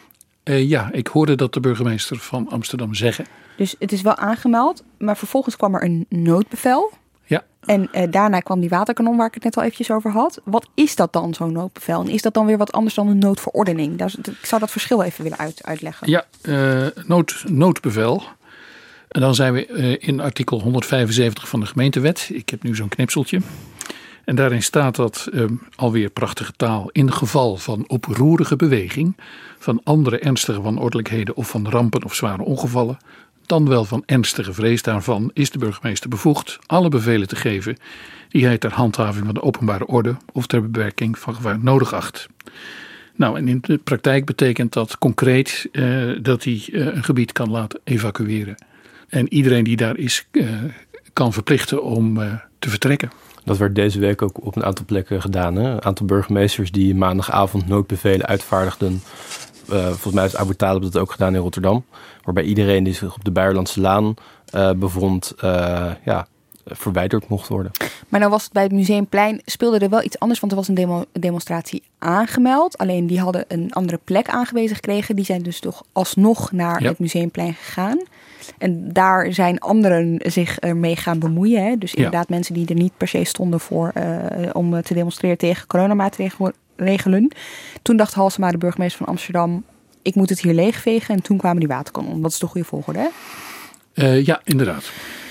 Uh, ja, ik hoorde dat de burgemeester van Amsterdam zeggen. Dus het is wel aangemeld, maar vervolgens kwam er een noodbevel. Ja. En uh, daarna kwam die waterkanon waar ik het net al eventjes over had. Wat is dat dan, zo'n noodbevel? En is dat dan weer wat anders dan een noodverordening? Dat is, ik zou dat verschil even willen uit, uitleggen. Ja, uh, nood, noodbevel. En dan zijn we uh, in artikel honderdvijfenzeventig van de gemeentewet. Ik heb nu zo'n knipseltje. En daarin staat dat, uh, alweer prachtige taal, in geval van oproerige beweging van andere ernstige wanordelijkheden of van rampen of zware ongevallen, dan wel van ernstige vrees daarvan, is de burgemeester bevoegd alle bevelen te geven die hij ter handhaving van de openbare orde of ter bewerking van gevaar nodig acht. Nou, en in de praktijk betekent dat concreet uh, dat hij uh, een gebied kan laten evacueren. En iedereen die daar is, uh, kan verplichten om uh, te vertrekken. Dat werd deze week ook op een aantal plekken gedaan. Hè? Een aantal burgemeesters die maandagavond noodbevelen uitvaardigden. Uh, volgens mij heeft Abu Talib dat ook gedaan in Rotterdam. Waarbij iedereen die zich op de Beierlandse Laan uh, bevond, uh, ja, verwijderd mocht worden. Maar nou was het bij het Museumplein, speelde er wel iets anders, want er was een demo, demonstratie aangemeld. Alleen die hadden een andere plek aangewezen gekregen. Die zijn dus toch alsnog naar ja. het Museumplein gegaan. En daar zijn anderen zich ermee gaan bemoeien. Hè? Dus inderdaad ja. mensen die er niet per se stonden voor uh, om te demonstreren tegen coronamaatregelen. Toen dacht Halsema, de burgemeester van Amsterdam, ik moet het hier leegvegen. En toen kwamen die waterkanonnen. Dat is de goede volgorde, hè? Uh, ja, inderdaad.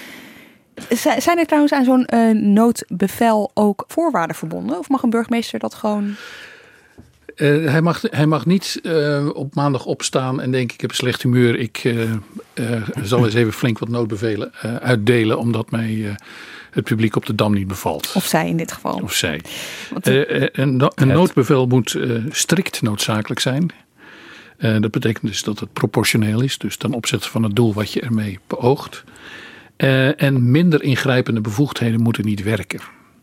Zijn er trouwens aan zo'n uh, noodbevel ook voorwaarden verbonden? Of mag een burgemeester dat gewoon... Uh, hij, mag, hij mag niet uh, op maandag opstaan en denken, ik heb een slecht humeur. Ik uh, uh, zal eens even flink wat noodbevelen uh, uitdelen, omdat mij uh, het publiek op de Dam niet bevalt. Of zij in dit geval. Of zij. Uh, een, een noodbevel moet uh, strikt noodzakelijk zijn. Uh, dat betekent dus dat het proportioneel is. Dus ten opzichte van het doel wat je ermee beoogt. Uh, en minder ingrijpende bevoegdheden moeten niet werken.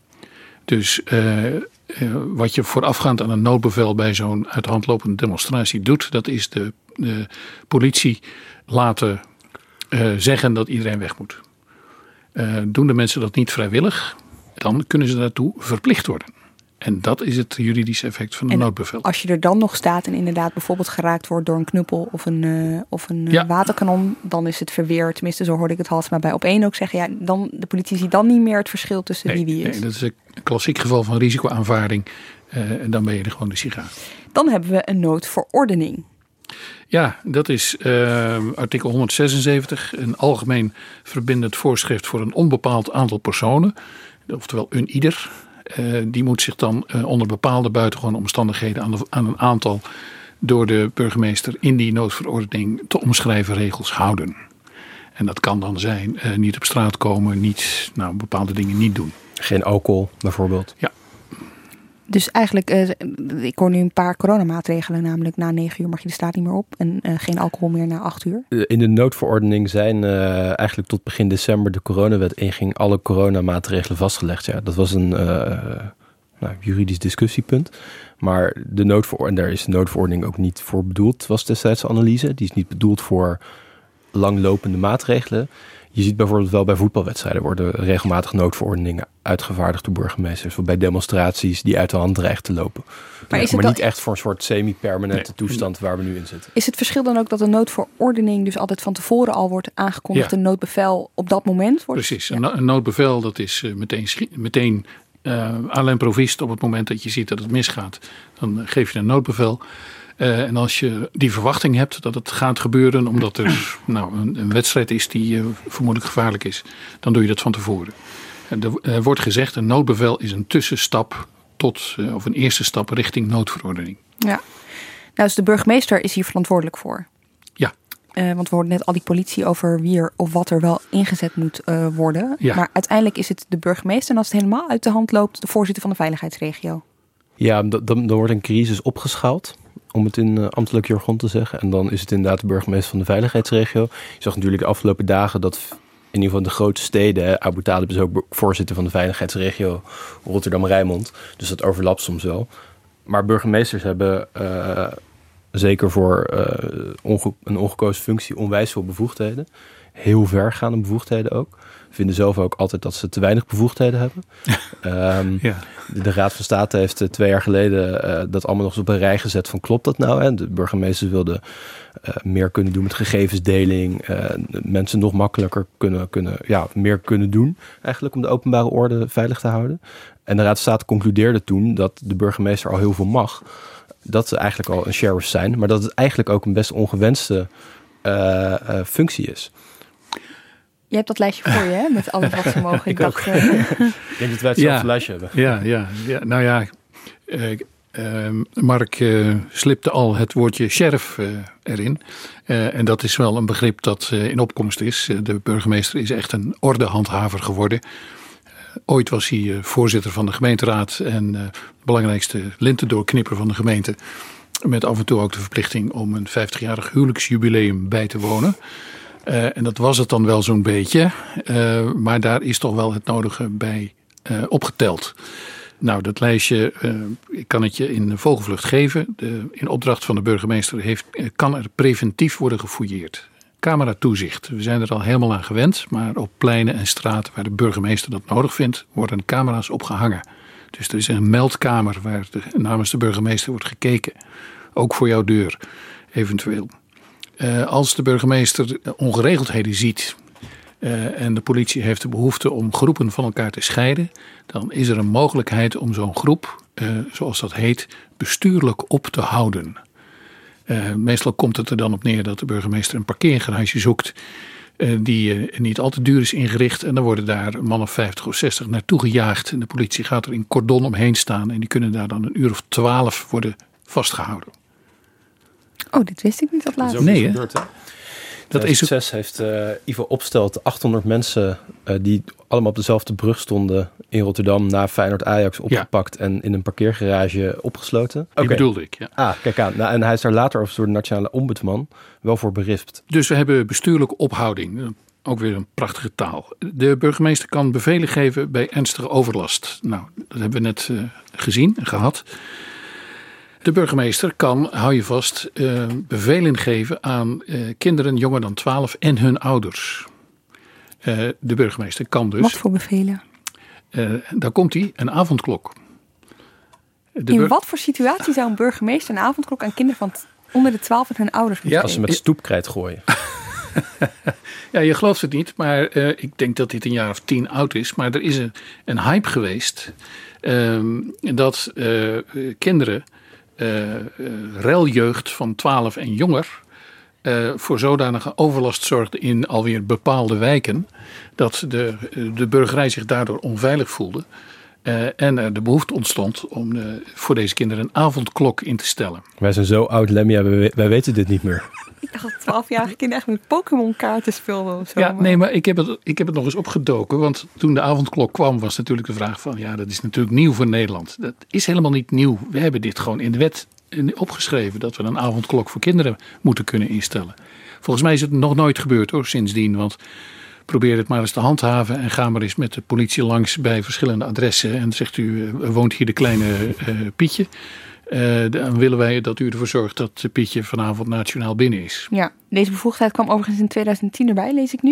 Dus uh, uh, wat je voorafgaand aan een noodbevel bij zo'n uit de hand lopende demonstratie doet, dat is de, de politie laten uh, zeggen dat iedereen weg moet. Uh, doen de mensen dat niet vrijwillig, dan kunnen ze daartoe verplicht worden. En dat is het juridische effect van een en noodbevel. Als je er dan nog staat en inderdaad bijvoorbeeld geraakt wordt door een knuppel of een, uh, of een ja. waterkanon, dan is het verweer. Tenminste, zo hoorde ik het Halsema bij Op één ook zeggen. Ja, dan, de politie ziet dan niet meer het verschil tussen nee, wie wie is. Nee, dat is een klassiek geval van risicoaanvaarding. Uh, en dan ben je er gewoon de sigaar. Dan hebben we een noodverordening. Ja, dat is uh, artikel honderdzesenzeventig. Een algemeen verbindend voorschrift voor een onbepaald aantal personen. Oftewel een ieder. Uh, die moet zich dan uh, onder bepaalde buitengewone omstandigheden aan, de, aan een aantal door de burgemeester in die noodverordening te omschrijven regels houden. En dat kan dan zijn uh, niet op straat komen, niet, nou, bepaalde dingen niet doen. Geen alcohol bijvoorbeeld? Ja. Dus eigenlijk, uh, ik hoor nu een paar coronamaatregelen, namelijk na negen uur mag je de straat niet meer op en uh, geen alcohol meer na acht uur. In de noodverordening zijn uh, eigenlijk tot begin december de coronawet inging alle coronamaatregelen vastgelegd. Ja, dat was een uh, nou, juridisch discussiepunt. Maar de noodverordening, daar is de noodverordening ook niet voor bedoeld, was destijds de analyse. Die is niet bedoeld voor langlopende maatregelen. Je ziet bijvoorbeeld wel bij voetbalwedstrijden worden regelmatig noodverordeningen uitgevaardigd door burgemeesters. Of bij demonstraties die uit de hand dreigen te lopen. Maar, ja, maar niet echt voor een soort semi-permanente nee. toestand waar we nu in zitten. Is het verschil dan ook dat een noodverordening dus altijd van tevoren al wordt aangekondigd, ja. een noodbevel op dat moment wordt? Precies, ja. een, een noodbevel dat is uh, meteen, meteen uh, à l'improviste op het moment dat je ziet dat het misgaat. Dan geef je een noodbevel. Uh, en als je die verwachting hebt dat het gaat gebeuren omdat er nou, een, een wedstrijd is die uh, vermoedelijk gevaarlijk is, dan doe je dat van tevoren. Uh, er uh, wordt gezegd, een noodbevel is een tussenstap tot, uh, of een eerste stap richting noodverordening. Ja, nou, dus de burgemeester is hier verantwoordelijk voor. Ja. Uh, want we hoorden net al die politie over wie er of wat er wel ingezet moet uh, worden. Ja. Maar uiteindelijk is het de burgemeester en als het helemaal uit de hand loopt, de voorzitter van de veiligheidsregio. Ja, dan, dan wordt een crisis opgeschaald, om het in uh, ambtelijk jargon te zeggen. En dan is het inderdaad de burgemeester van de veiligheidsregio. Je zag natuurlijk de afgelopen dagen dat in ieder geval de grote steden, hè, Abu Talib is ook voorzitter van de veiligheidsregio Rotterdam-Rijnmond. Dus dat overlapt soms wel. Maar burgemeesters hebben uh, zeker voor uh, onge- een ongekozen functie onwijs veel bevoegdheden. Heel vergaande bevoegdheden ook. vinden zelf ook altijd dat ze te weinig bevoegdheden hebben. um, ja. de, de Raad van State heeft uh, twee jaar geleden uh, dat allemaal nog eens op een rij gezet van klopt dat nou? Hè? De burgemeesters wilden uh, meer kunnen doen met gegevensdeling. Uh, mensen nog makkelijker kunnen, kunnen, ja, meer kunnen doen eigenlijk om de openbare orde veilig te houden. En de Raad van State concludeerde toen dat de burgemeester al heel veel mag. Dat ze eigenlijk al een sheriff zijn, maar dat het eigenlijk ook een best ongewenste uh, uh, functie is. Je hebt dat lijstje voor je, hè? Met alles wat ze mogen. Ik dacht, uh, ik denk dat wij hetzelfde ja, lijstje hebben. Ja, ja, ja nou ja, uh, uh, Mark uh, slipte al het woordje sheriff uh, erin. Uh, en dat is wel een begrip dat uh, in opkomst is. Uh, de burgemeester is echt een ordehandhaver geworden. Ooit was hij uh, voorzitter van de gemeenteraad en uh, de belangrijkste lintendoorknipper van de gemeente. Met af en toe ook de verplichting om een vijftigjarig huwelijksjubileum bij te wonen. Uh, en dat was het dan wel zo'n beetje. Uh, maar daar is toch wel het nodige bij uh, opgeteld. Nou, dat lijstje, uh, ik kan het je in vogelvlucht geven. De, in opdracht van de burgemeester heeft, kan er preventief worden gefouilleerd. Cameratoezicht. We zijn er al helemaal aan gewend. Maar op pleinen en straten waar de burgemeester dat nodig vindt, worden camera's opgehangen. Dus er is een meldkamer waar de, namens de burgemeester wordt gekeken. Ook voor jouw deur, eventueel. Uh, als de burgemeester ongeregeldheden ziet uh, en de politie heeft de behoefte om groepen van elkaar te scheiden, dan is er een mogelijkheid om zo'n groep, uh, zoals dat heet, bestuurlijk op te houden. Uh, meestal komt het er dan op neer dat de burgemeester een parkeergarage zoekt uh, die uh, niet al te duur is ingericht. En dan worden daar een man of vijftig of zestig naartoe gejaagd. En de politie gaat er in cordon omheen staan en die kunnen daar dan een uur of twaalf worden vastgehouden. Oh, dit wist ik niet dat laatst. Nee, hè? Gebeurd, hè? Dat is zes heeft uh, Ivo Opstelt achthonderd mensen uh, die allemaal op dezelfde brug stonden in Rotterdam na Feyenoord Ajax opgepakt ja. en in een parkeergarage opgesloten. Die okay. bedoelde ik, ja. Ah, kijk aan. Nou, en hij is daar later over door de nationale ombudsman wel voor berispt. Dus we hebben bestuurlijke ophouding. Ook weer een prachtige taal. De burgemeester kan bevelen geven bij ernstige overlast. Nou, dat hebben we net uh, gezien en gehad. De burgemeester kan, hou je vast, uh, bevelen geven aan uh, kinderen jonger dan twaalf en hun ouders. Uh, de burgemeester kan dus... Wat voor bevelen? Uh, daar komt hij, een avondklok. De In bur- wat voor situatie zou een burgemeester een avondklok aan kinderen van t- onder de twaalf en hun ouders moeten ja, als ze met stoepkrijt gooien. Ja, je gelooft het niet, maar uh, ik denk dat dit een jaar of tien oud is. Maar er is een, een hype geweest uh, dat uh, kinderen... Uh, uh, reljeugd van twaalf en jonger uh, voor zodanige overlast zorgde in alweer bepaalde wijken dat de, de burgerij zich daardoor onveilig voelde uh, en er de behoefte ontstond om uh, voor deze kinderen een avondklok in te stellen. Wij zijn zo oud, Lemia, wij, wij weten dit niet meer. Ik dacht dat twaalfjarige kinderen echt met Pokémon kaarten speelden of zo. Ja, nee, maar ik heb, het, ik heb het nog eens opgedoken. Want toen de avondklok kwam was natuurlijk de vraag van... ja, dat is natuurlijk nieuw voor Nederland. Dat is helemaal niet nieuw. We hebben dit gewoon in de wet opgeschreven... dat we een avondklok voor kinderen moeten kunnen instellen. Volgens mij is het nog nooit gebeurd hoor, sindsdien. Want probeer het maar eens te handhaven... en ga maar eens met de politie langs bij verschillende adressen... en zegt u, woont hier de kleine uh, Pietje... Uh, dan willen wij dat u ervoor zorgt dat Pietje vanavond nationaal binnen is. Ja, deze bevoegdheid kwam overigens in twintig tien erbij, lees ik nu.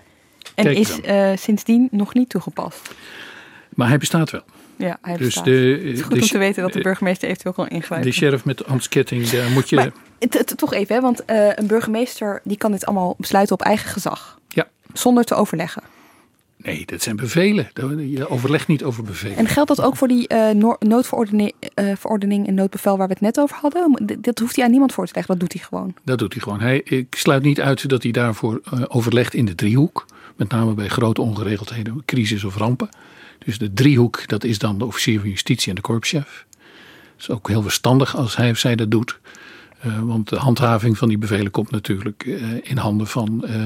En Kijk is uh, sindsdien nog niet toegepast. Maar hij bestaat wel. Ja, hij dus bestaat. De, het is goed de, om te weten dat de burgemeester eventueel kan ingrijpen. De sheriff met de ambtsketting, daar moet je... Maar, het, het, toch even, hè, want uh, een burgemeester die kan dit allemaal besluiten op eigen gezag. Ja. Zonder te overleggen. Nee, dat zijn bevelen. Je overlegt niet over bevelen. En geldt dat ook voor die uh, no- noodverordening uh, verordening en noodbevel waar we het net over hadden? Dat hoeft hij aan niemand voor te leggen, dat doet hij gewoon. Dat doet hij gewoon. Hij, ik sluit niet uit dat hij daarvoor uh, overlegt in de driehoek. Met name bij grote ongeregeldheden, crisis of rampen. Dus de driehoek, dat is dan de officier van justitie en de korpschef. Dat is ook heel verstandig als hij of zij dat doet. Uh, want de handhaving van die bevelen komt natuurlijk uh, in handen van... Uh,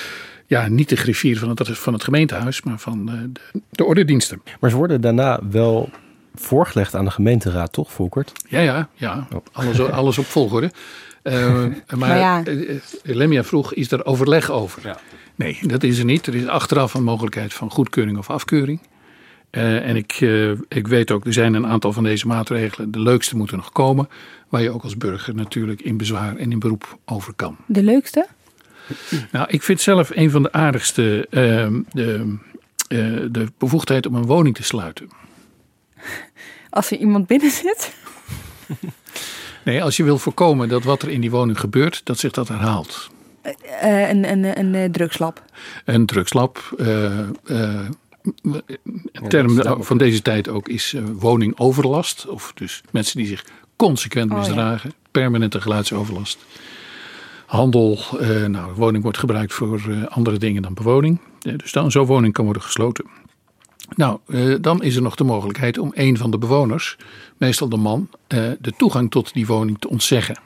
Ja, niet de griffier van het, van het gemeentehuis, maar van uh, de, de ordediensten. Maar ze worden daarna wel voorgelegd aan de gemeenteraad, toch, Volkert? Ja, ja, ja. Oh. Alles, alles op volgorde. Uh, maar maar ja. uh, Lemia vroeg, is er overleg over? Ja. Nee, dat is er niet. Er is achteraf een mogelijkheid van goedkeuring of afkeuring. Uh, en ik, uh, ik weet ook, er zijn een aantal van deze maatregelen. De leukste moeten nog komen. Waar je ook als burger natuurlijk in bezwaar en in beroep over kan. De leukste? Nou, ik vind zelf een van de aardigste uh, de, uh, de bevoegdheid om een woning te sluiten. Als er iemand binnen zit? Nee, als je wil voorkomen dat wat er in die woning gebeurt, dat zich dat herhaalt. Uh, een, een, een, een drugslab. Een drugslab. Uh, uh, een term van deze tijd ook is uh, woningoverlast. Of dus mensen die zich consequent misdragen. Oh, ja. Permanente geluidsoverlast. Handel. Uh, nou, woning wordt gebruikt voor uh, andere dingen dan bewoning. Uh, dus dan zo'n woning kan worden gesloten. Nou, uh, dan is er nog de mogelijkheid om een van de bewoners, meestal de man, uh, de toegang tot die woning te ontzeggen.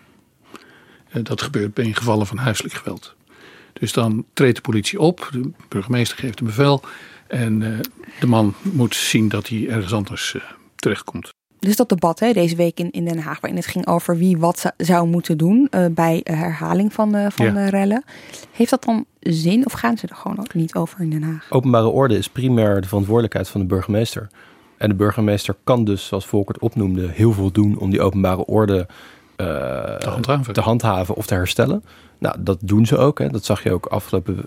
Uh, dat gebeurt bij gevallen van huiselijk geweld. Dus dan treedt de politie op, de burgemeester geeft een bevel en uh, de man moet zien dat hij ergens anders uh, terechtkomt. Dus dat debat hè, deze week in, in Den Haag, waarin het ging over wie wat zou moeten doen uh, bij herhaling van, uh, van ja. de rellen. Heeft dat dan zin of gaan ze er gewoon ook niet over in Den Haag? Openbare orde is primair de verantwoordelijkheid van de burgemeester. En de burgemeester kan dus, zoals Volkert opnoemde, heel veel doen om die openbare orde uh, te, handhaven. te handhaven of te herstellen. Nou, dat doen ze ook. Hè. Dat zag je ook afgelopen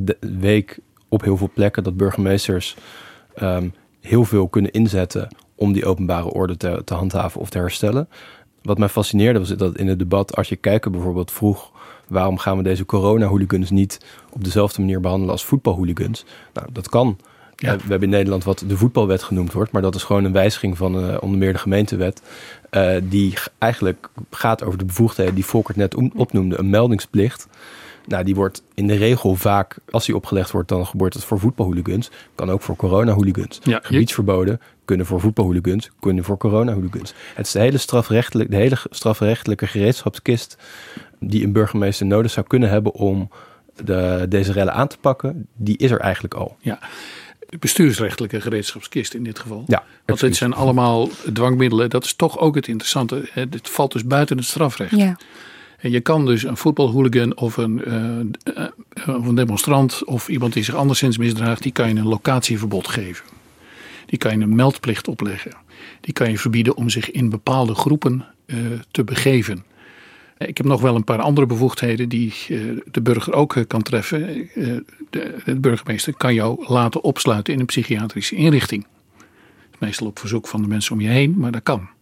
week op heel veel plekken, dat burgemeesters um, heel veel kunnen inzetten om die openbare orde te, te handhaven of te herstellen. Wat mij fascineerde was dat in het debat, als je kijker bijvoorbeeld vroeg, waarom gaan we deze corona-hooligans niet op dezelfde manier behandelen als voetbalhooligans? Nou, dat kan. Ja. Uh, we hebben in Nederland wat de voetbalwet genoemd wordt, maar dat is gewoon een wijziging van uh, onder meer de gemeentewet. Uh, die eigenlijk gaat over de bevoegdheden die Volkert net opnoemde, een meldingsplicht. Nou, die wordt in de regel vaak, als die opgelegd wordt, dan gebeurt het voor voetbalhooligans. Kan ook voor corona-hooligans. Ja, gebiedsverboden kunnen voor voetbalhooligans, kunnen voor corona-hooligans. Het is de hele, strafrechtelijk, de hele strafrechtelijke gereedschapskist die een burgemeester nodig zou kunnen hebben om de, deze rellen aan te pakken. Die is er eigenlijk al. Ja. De bestuursrechtelijke gereedschapskist in dit geval. Ja, want dit zijn allemaal dwangmiddelen. Dat is toch ook het interessante. Het valt dus buiten het strafrecht. Ja. En je kan dus een voetbalhooligan of een, uh, uh, of een demonstrant of iemand die zich anderszins misdraagt, die kan je een locatieverbod geven. Die kan je een meldplicht opleggen. Die kan je verbieden om zich in bepaalde groepen uh, te begeven. Ik heb nog wel een paar andere bevoegdheden die uh, de burger ook uh, kan treffen. Uh, de, de burgemeester kan jou laten opsluiten in een psychiatrische inrichting. Meestal op verzoek van de mensen om je heen, maar dat kan.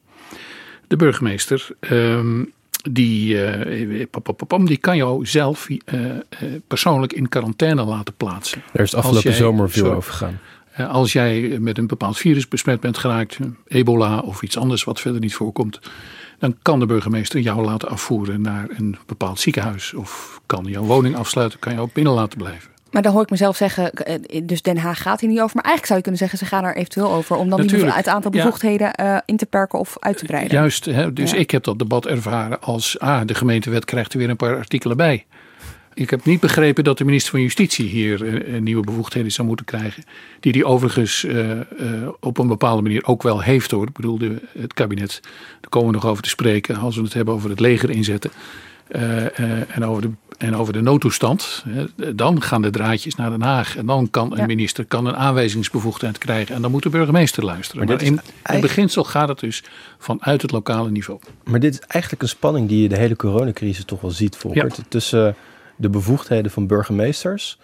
De burgemeester Uh, Die, uh, papapapam, die kan jou zelf uh, uh, persoonlijk in quarantaine laten plaatsen. Er is afgelopen jij, zomer veel over gegaan. Uh, als jij met een bepaald virus besmet bent geraakt, ebola of iets anders wat verder niet voorkomt, dan kan de burgemeester jou laten afvoeren naar een bepaald ziekenhuis. Of kan jouw woning afsluiten, kan jou ook binnen laten blijven. Maar dan hoor ik mezelf zeggen, dus Den Haag gaat hier niet over. Maar eigenlijk zou je kunnen zeggen, ze gaan er eventueel over. Om dan die, het aantal bevoegdheden ja. uh, in te perken of uit te breiden. Juist, hè, dus ja. ik heb dat debat ervaren als, ah, de gemeentewet krijgt er weer een paar artikelen bij. Ik heb niet begrepen dat de minister van Justitie hier uh, nieuwe bevoegdheden zou moeten krijgen. Die die overigens uh, uh, op een bepaalde manier ook wel heeft hoor. Ik bedoel, de, het kabinet, daar komen we nog over te spreken als we het hebben over het leger inzetten. Uh, uh, en, over de, en over de noodtoestand, uh, dan gaan de draadjes naar Den Haag. En dan kan een ja. minister kan een aanwijzingsbevoegdheid krijgen. En dan moet de burgemeester luisteren. Maar, maar in, eigenlijk... in beginsel gaat het dus vanuit het lokale niveau. Maar dit is eigenlijk een spanning die je de hele coronacrisis toch wel ziet, Volkert. Ja. Tussen de bevoegdheden van burgemeesters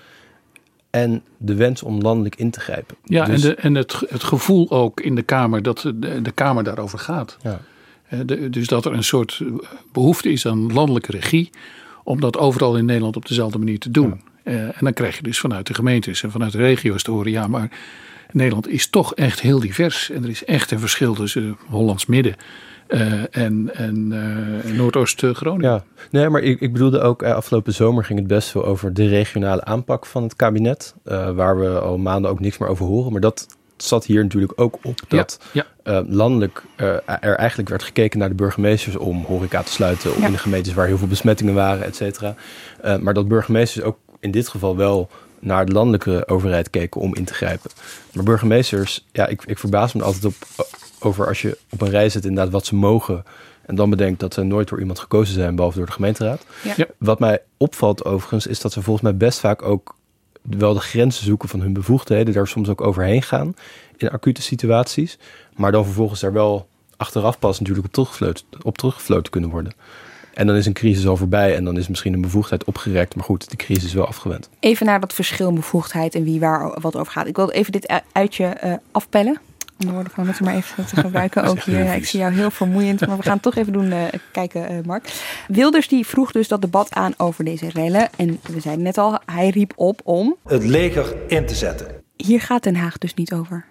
en de wens om landelijk in te grijpen. Ja, dus... en, de, en het, het gevoel ook in de Kamer dat de, de Kamer daarover gaat. Ja. De, dus dat er een soort behoefte is aan landelijke regie om dat overal in Nederland op dezelfde manier te doen. Ja. Uh, en dan krijg je dus vanuit de gemeentes en vanuit de regio's te horen, ja, maar Nederland is toch echt heel divers. En er is echt een verschil tussen Hollands Midden uh, en, en uh, Noordoost-Groningen. Ja, nee, maar ik, ik bedoelde ook, uh, afgelopen zomer ging het best wel over de regionale aanpak van het kabinet. Uh, waar we al maanden ook niks meer over horen. Maar dat zat hier natuurlijk ook op dat ja, ja. Uh, landelijk uh, er eigenlijk werd gekeken naar de burgemeesters om horeca te sluiten. Of ja. in de gemeentes waar heel veel besmettingen waren, et cetera. Uh, maar dat burgemeesters ook in dit geval wel naar de landelijke overheid keken om in te grijpen. Maar burgemeesters, ja, ik, ik verbaas me altijd op over als je op een rij zet inderdaad wat ze mogen en dan bedenkt dat ze nooit door iemand gekozen zijn, behalve door de gemeenteraad. Ja. Ja. Wat mij opvalt overigens is dat ze volgens mij best vaak ook wel de grenzen zoeken van hun bevoegdheden, daar soms ook overheen gaan in acute situaties, maar dan vervolgens daar wel achteraf pas natuurlijk op teruggefloten, op teruggefloten kunnen worden. En dan is een crisis al voorbij en dan is misschien een bevoegdheid opgerekt. Maar goed, de crisis is wel afgewend. Even naar dat verschil in bevoegdheid en wie waar wat over gaat. Ik wil even dit uitje uh, afpellen. Om de woorden van Rutte maar even te gebruiken. Ook hier. Ja, ik zie jou heel vermoeiend. Maar we gaan het toch even doen, uh, kijken, uh, Mark. Wilders die vroeg dus dat debat aan over deze rellen. En we zeiden net al, hij riep op om het leger in te zetten. Hier gaat Den Haag dus niet over.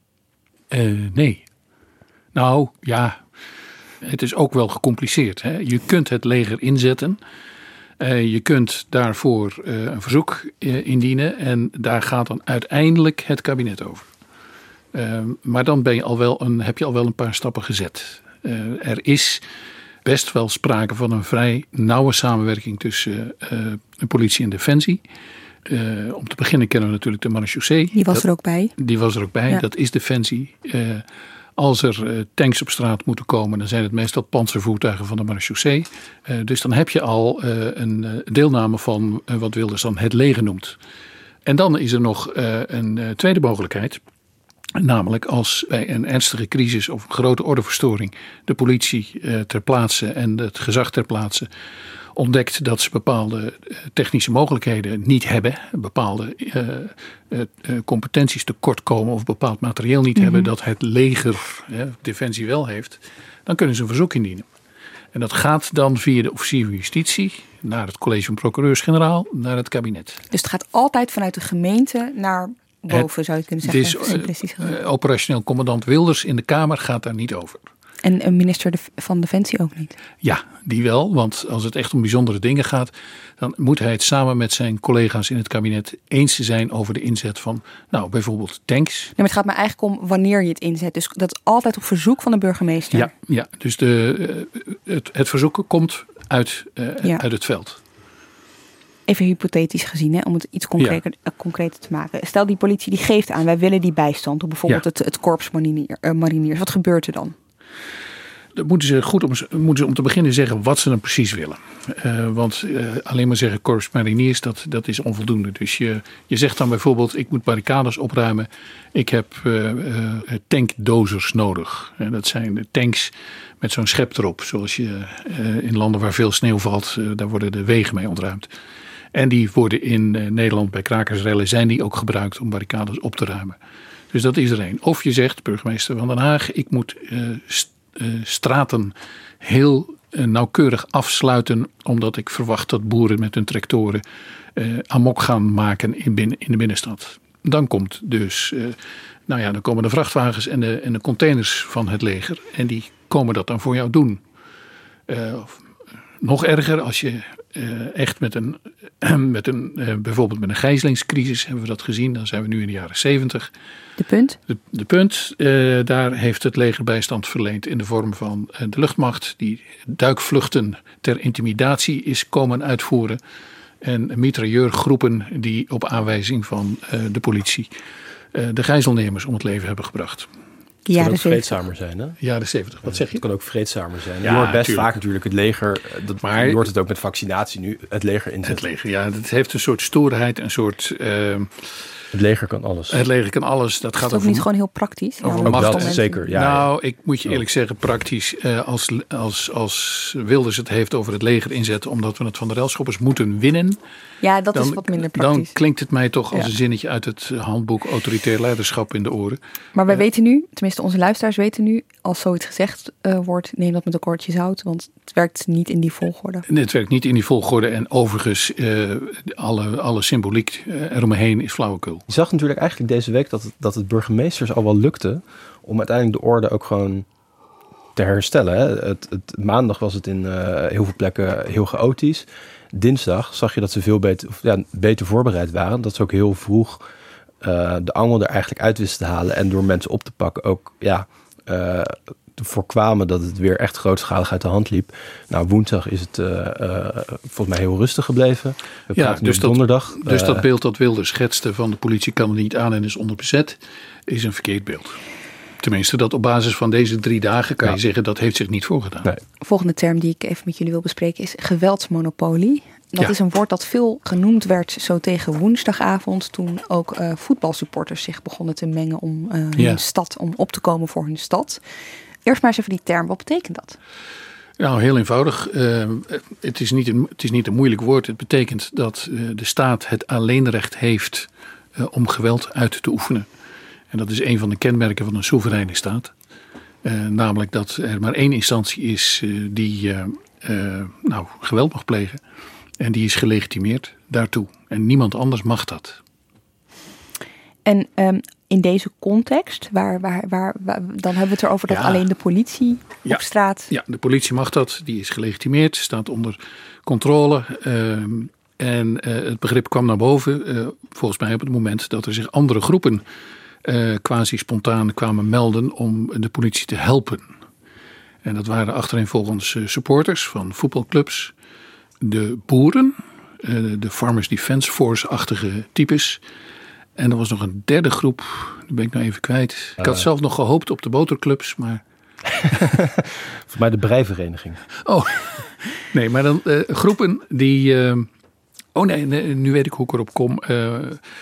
Uh, nee. Nou, ja. Het is ook wel gecompliceerd. Hè? Je kunt het leger inzetten. Uh, je kunt daarvoor uh, een verzoek uh, indienen. En daar gaat dan uiteindelijk het kabinet over. Uh, maar dan ben je al wel een, heb je al wel een paar stappen gezet. Uh, er is best wel sprake van een vrij nauwe samenwerking tussen uh, de politie en defensie. Uh, om te beginnen kennen we natuurlijk de marechaussee. Die was dat, er ook bij. Die was er ook bij, ja. Dat is defensie. Uh, als er uh, tanks op straat moeten komen, dan zijn het meestal panzervoertuigen van de marechaussee. Uh, dus dan heb je al uh, een uh, deelname van uh, wat Wilders dan het leger noemt. En dan is er nog uh, een uh, tweede mogelijkheid. Namelijk als bij een ernstige crisis of een grote ordeverstoring de politie uh, ter plaatse en het gezag ter plaatse ontdekt dat ze bepaalde uh, technische mogelijkheden niet hebben, bepaalde uh, uh, uh, competenties tekort komen of bepaald materieel niet mm-hmm. hebben dat het leger, uh, defensie wel heeft, dan kunnen ze een verzoek indienen. En dat gaat dan via de officier van justitie naar het college van procureurs-generaal, naar het kabinet. Dus het gaat altijd vanuit de gemeente naar boven, het, zou je kunnen zeggen. Het is uh, operationeel commandant Wilders in de Kamer gaat daar niet over. En een minister van Defensie ook niet? Ja, die wel. Want als het echt om bijzondere dingen gaat, dan moet hij het samen met zijn collega's in het kabinet eens zijn over de inzet van, nou, bijvoorbeeld tanks. Nee, maar het gaat me eigenlijk om wanneer je het inzet. Dus dat is altijd op verzoek van de burgemeester. Ja, ja dus de, uh, het, het verzoek komt uit, uh, ja. uit het veld. Even hypothetisch gezien, hè, om het iets concreter, ja. concreter te maken. Stel die politie die geeft aan, wij willen die bijstand. Of bijvoorbeeld ja. het, het korps marinier, uh, mariniers. Wat gebeurt er dan? Dan moeten ze goed om, moeten ze om te beginnen zeggen wat ze dan precies willen. Uh, want uh, alleen maar zeggen korps mariniers, dat, dat is onvoldoende. Dus je, je zegt dan bijvoorbeeld, ik moet barricades opruimen. Ik heb uh, uh, tankdozers nodig. Uh, dat zijn de tanks met zo'n schep erop. Zoals je uh, in landen waar veel sneeuw valt, uh, daar worden de wegen mee ontruimd. En die worden in uh, Nederland bij krakersrellen zijn die ook gebruikt om barricades op te ruimen. Dus dat is er één. Of je zegt, burgemeester van Den Haag, ik moet uh, st- uh, straten heel uh, nauwkeurig afsluiten, omdat ik verwacht dat boeren met hun tractoren uh, amok gaan maken in, binnen, in de binnenstad. Dan komt dus, uh, nou ja, dan komen de vrachtwagens en de, en de containers van het leger en die komen dat dan voor jou doen. Uh, nog erger als je Uh, echt met een, uh, met een uh, bijvoorbeeld met een gijzelingscrisis hebben we dat gezien. Dan zijn we nu in de jaren zeventig. De punt? De, de punt, uh, daar heeft het leger bijstand verleend in de vorm van uh, de luchtmacht. Die duikvluchten ter intimidatie is komen uitvoeren. En mitrailleurgroepen die op aanwijzing van uh, de politie uh, de gijzelnemers om het leven hebben gebracht. Het kan ook vreedzamer zijn, hè? Jaren zeventig, wat zeg je? Het kan ook vreedzamer zijn. Ja, je hoort best tuurlijk. vaak natuurlijk het leger, dat, maar, je hoort het ook met vaccinatie nu, het leger inzetten. Het leger, ja, het heeft een soort stoerheid, een soort... Uh, het leger kan alles. Het leger kan alles. Dat is gaat ook over, niet gewoon heel praktisch? Over ook macht. dat zeker, ja. Nou, ik moet je eerlijk zeggen, praktisch, uh, als, als, als Wilders het heeft over het leger inzetten, omdat we het van de relschoppers moeten winnen. Ja, dat dan, is wat minder praktisch. Dan klinkt het mij toch als ja. een zinnetje uit het handboek Autoritair Leiderschap in de oren. Maar wij uh, weten nu, tenminste onze luisteraars weten nu, als zoiets gezegd uh, wordt, neem dat met een korreltje zout, want het werkt niet in die volgorde. Het werkt niet in die volgorde en overigens, uh, alle, alle symboliek uh, eromheen is flauwekul. Je zag natuurlijk eigenlijk deze week dat het, dat het burgemeesters al wel lukte om uiteindelijk de orde ook gewoon te herstellen. Hè. Het, het, maandag was het in uh, heel veel plekken heel chaotisch. Dinsdag zag je dat ze veel beter, of, ja, beter voorbereid waren. Dat ze ook heel vroeg uh, de angel er eigenlijk uit wisten te halen. En door mensen op te pakken ook ja, uh, te voorkwamen dat het weer echt grootschalig uit de hand liep. Nou, woensdag is het uh, uh, volgens mij heel rustig gebleven. We ja, praten nu dus op dat, donderdag. Dus uh, dat beeld dat Wilders schetste van de politie kan er niet aan en is onderbezet, is een verkeerd beeld. Tenminste, dat op basis van deze drie dagen kan ja. je zeggen dat heeft zich niet voorgedaan. Nee. Volgende term die ik even met jullie wil bespreken is geweldsmonopolie. Dat ja. is een woord dat veel genoemd werd zo tegen woensdagavond, toen ook uh, voetbalsupporters zich begonnen te mengen om uh, hun ja. stad, om op te komen voor hun stad. Eerst maar eens even die term, wat betekent dat? Nou, heel eenvoudig. Uh, het, is niet een, het is niet een moeilijk woord. Het betekent dat uh, de staat het alleenrecht heeft uh, om geweld uit te oefenen. En dat is een van de kenmerken van een soevereine staat. Uh, namelijk dat er maar één instantie is uh, die uh, uh, nou, geweld mag plegen. En die is gelegitimeerd daartoe. En niemand anders mag dat. En um, in deze context, waar, waar, waar, waar, dan hebben we het erover dat ja. alleen de politie ja. op straat... Ja, de politie mag dat. Die is gelegitimeerd, staat onder controle. Uh, en uh, het begrip kwam naar boven, uh, volgens mij op het moment dat er zich andere groepen uh, quasi spontaan kwamen melden om de politie te helpen. En dat waren achtereenvolgens uh, supporters van voetbalclubs, de boeren, uh, de Farmers Defence Force-achtige types. En er was nog een derde groep, die ben ik nou even kwijt. Ik had uh. zelf nog gehoopt op de boterclubs, maar... Voor mij de breivereniging. Oh, nee, maar dan uh, groepen die... Uh, oh nee, nee, nu weet ik hoe ik erop kom. Uh,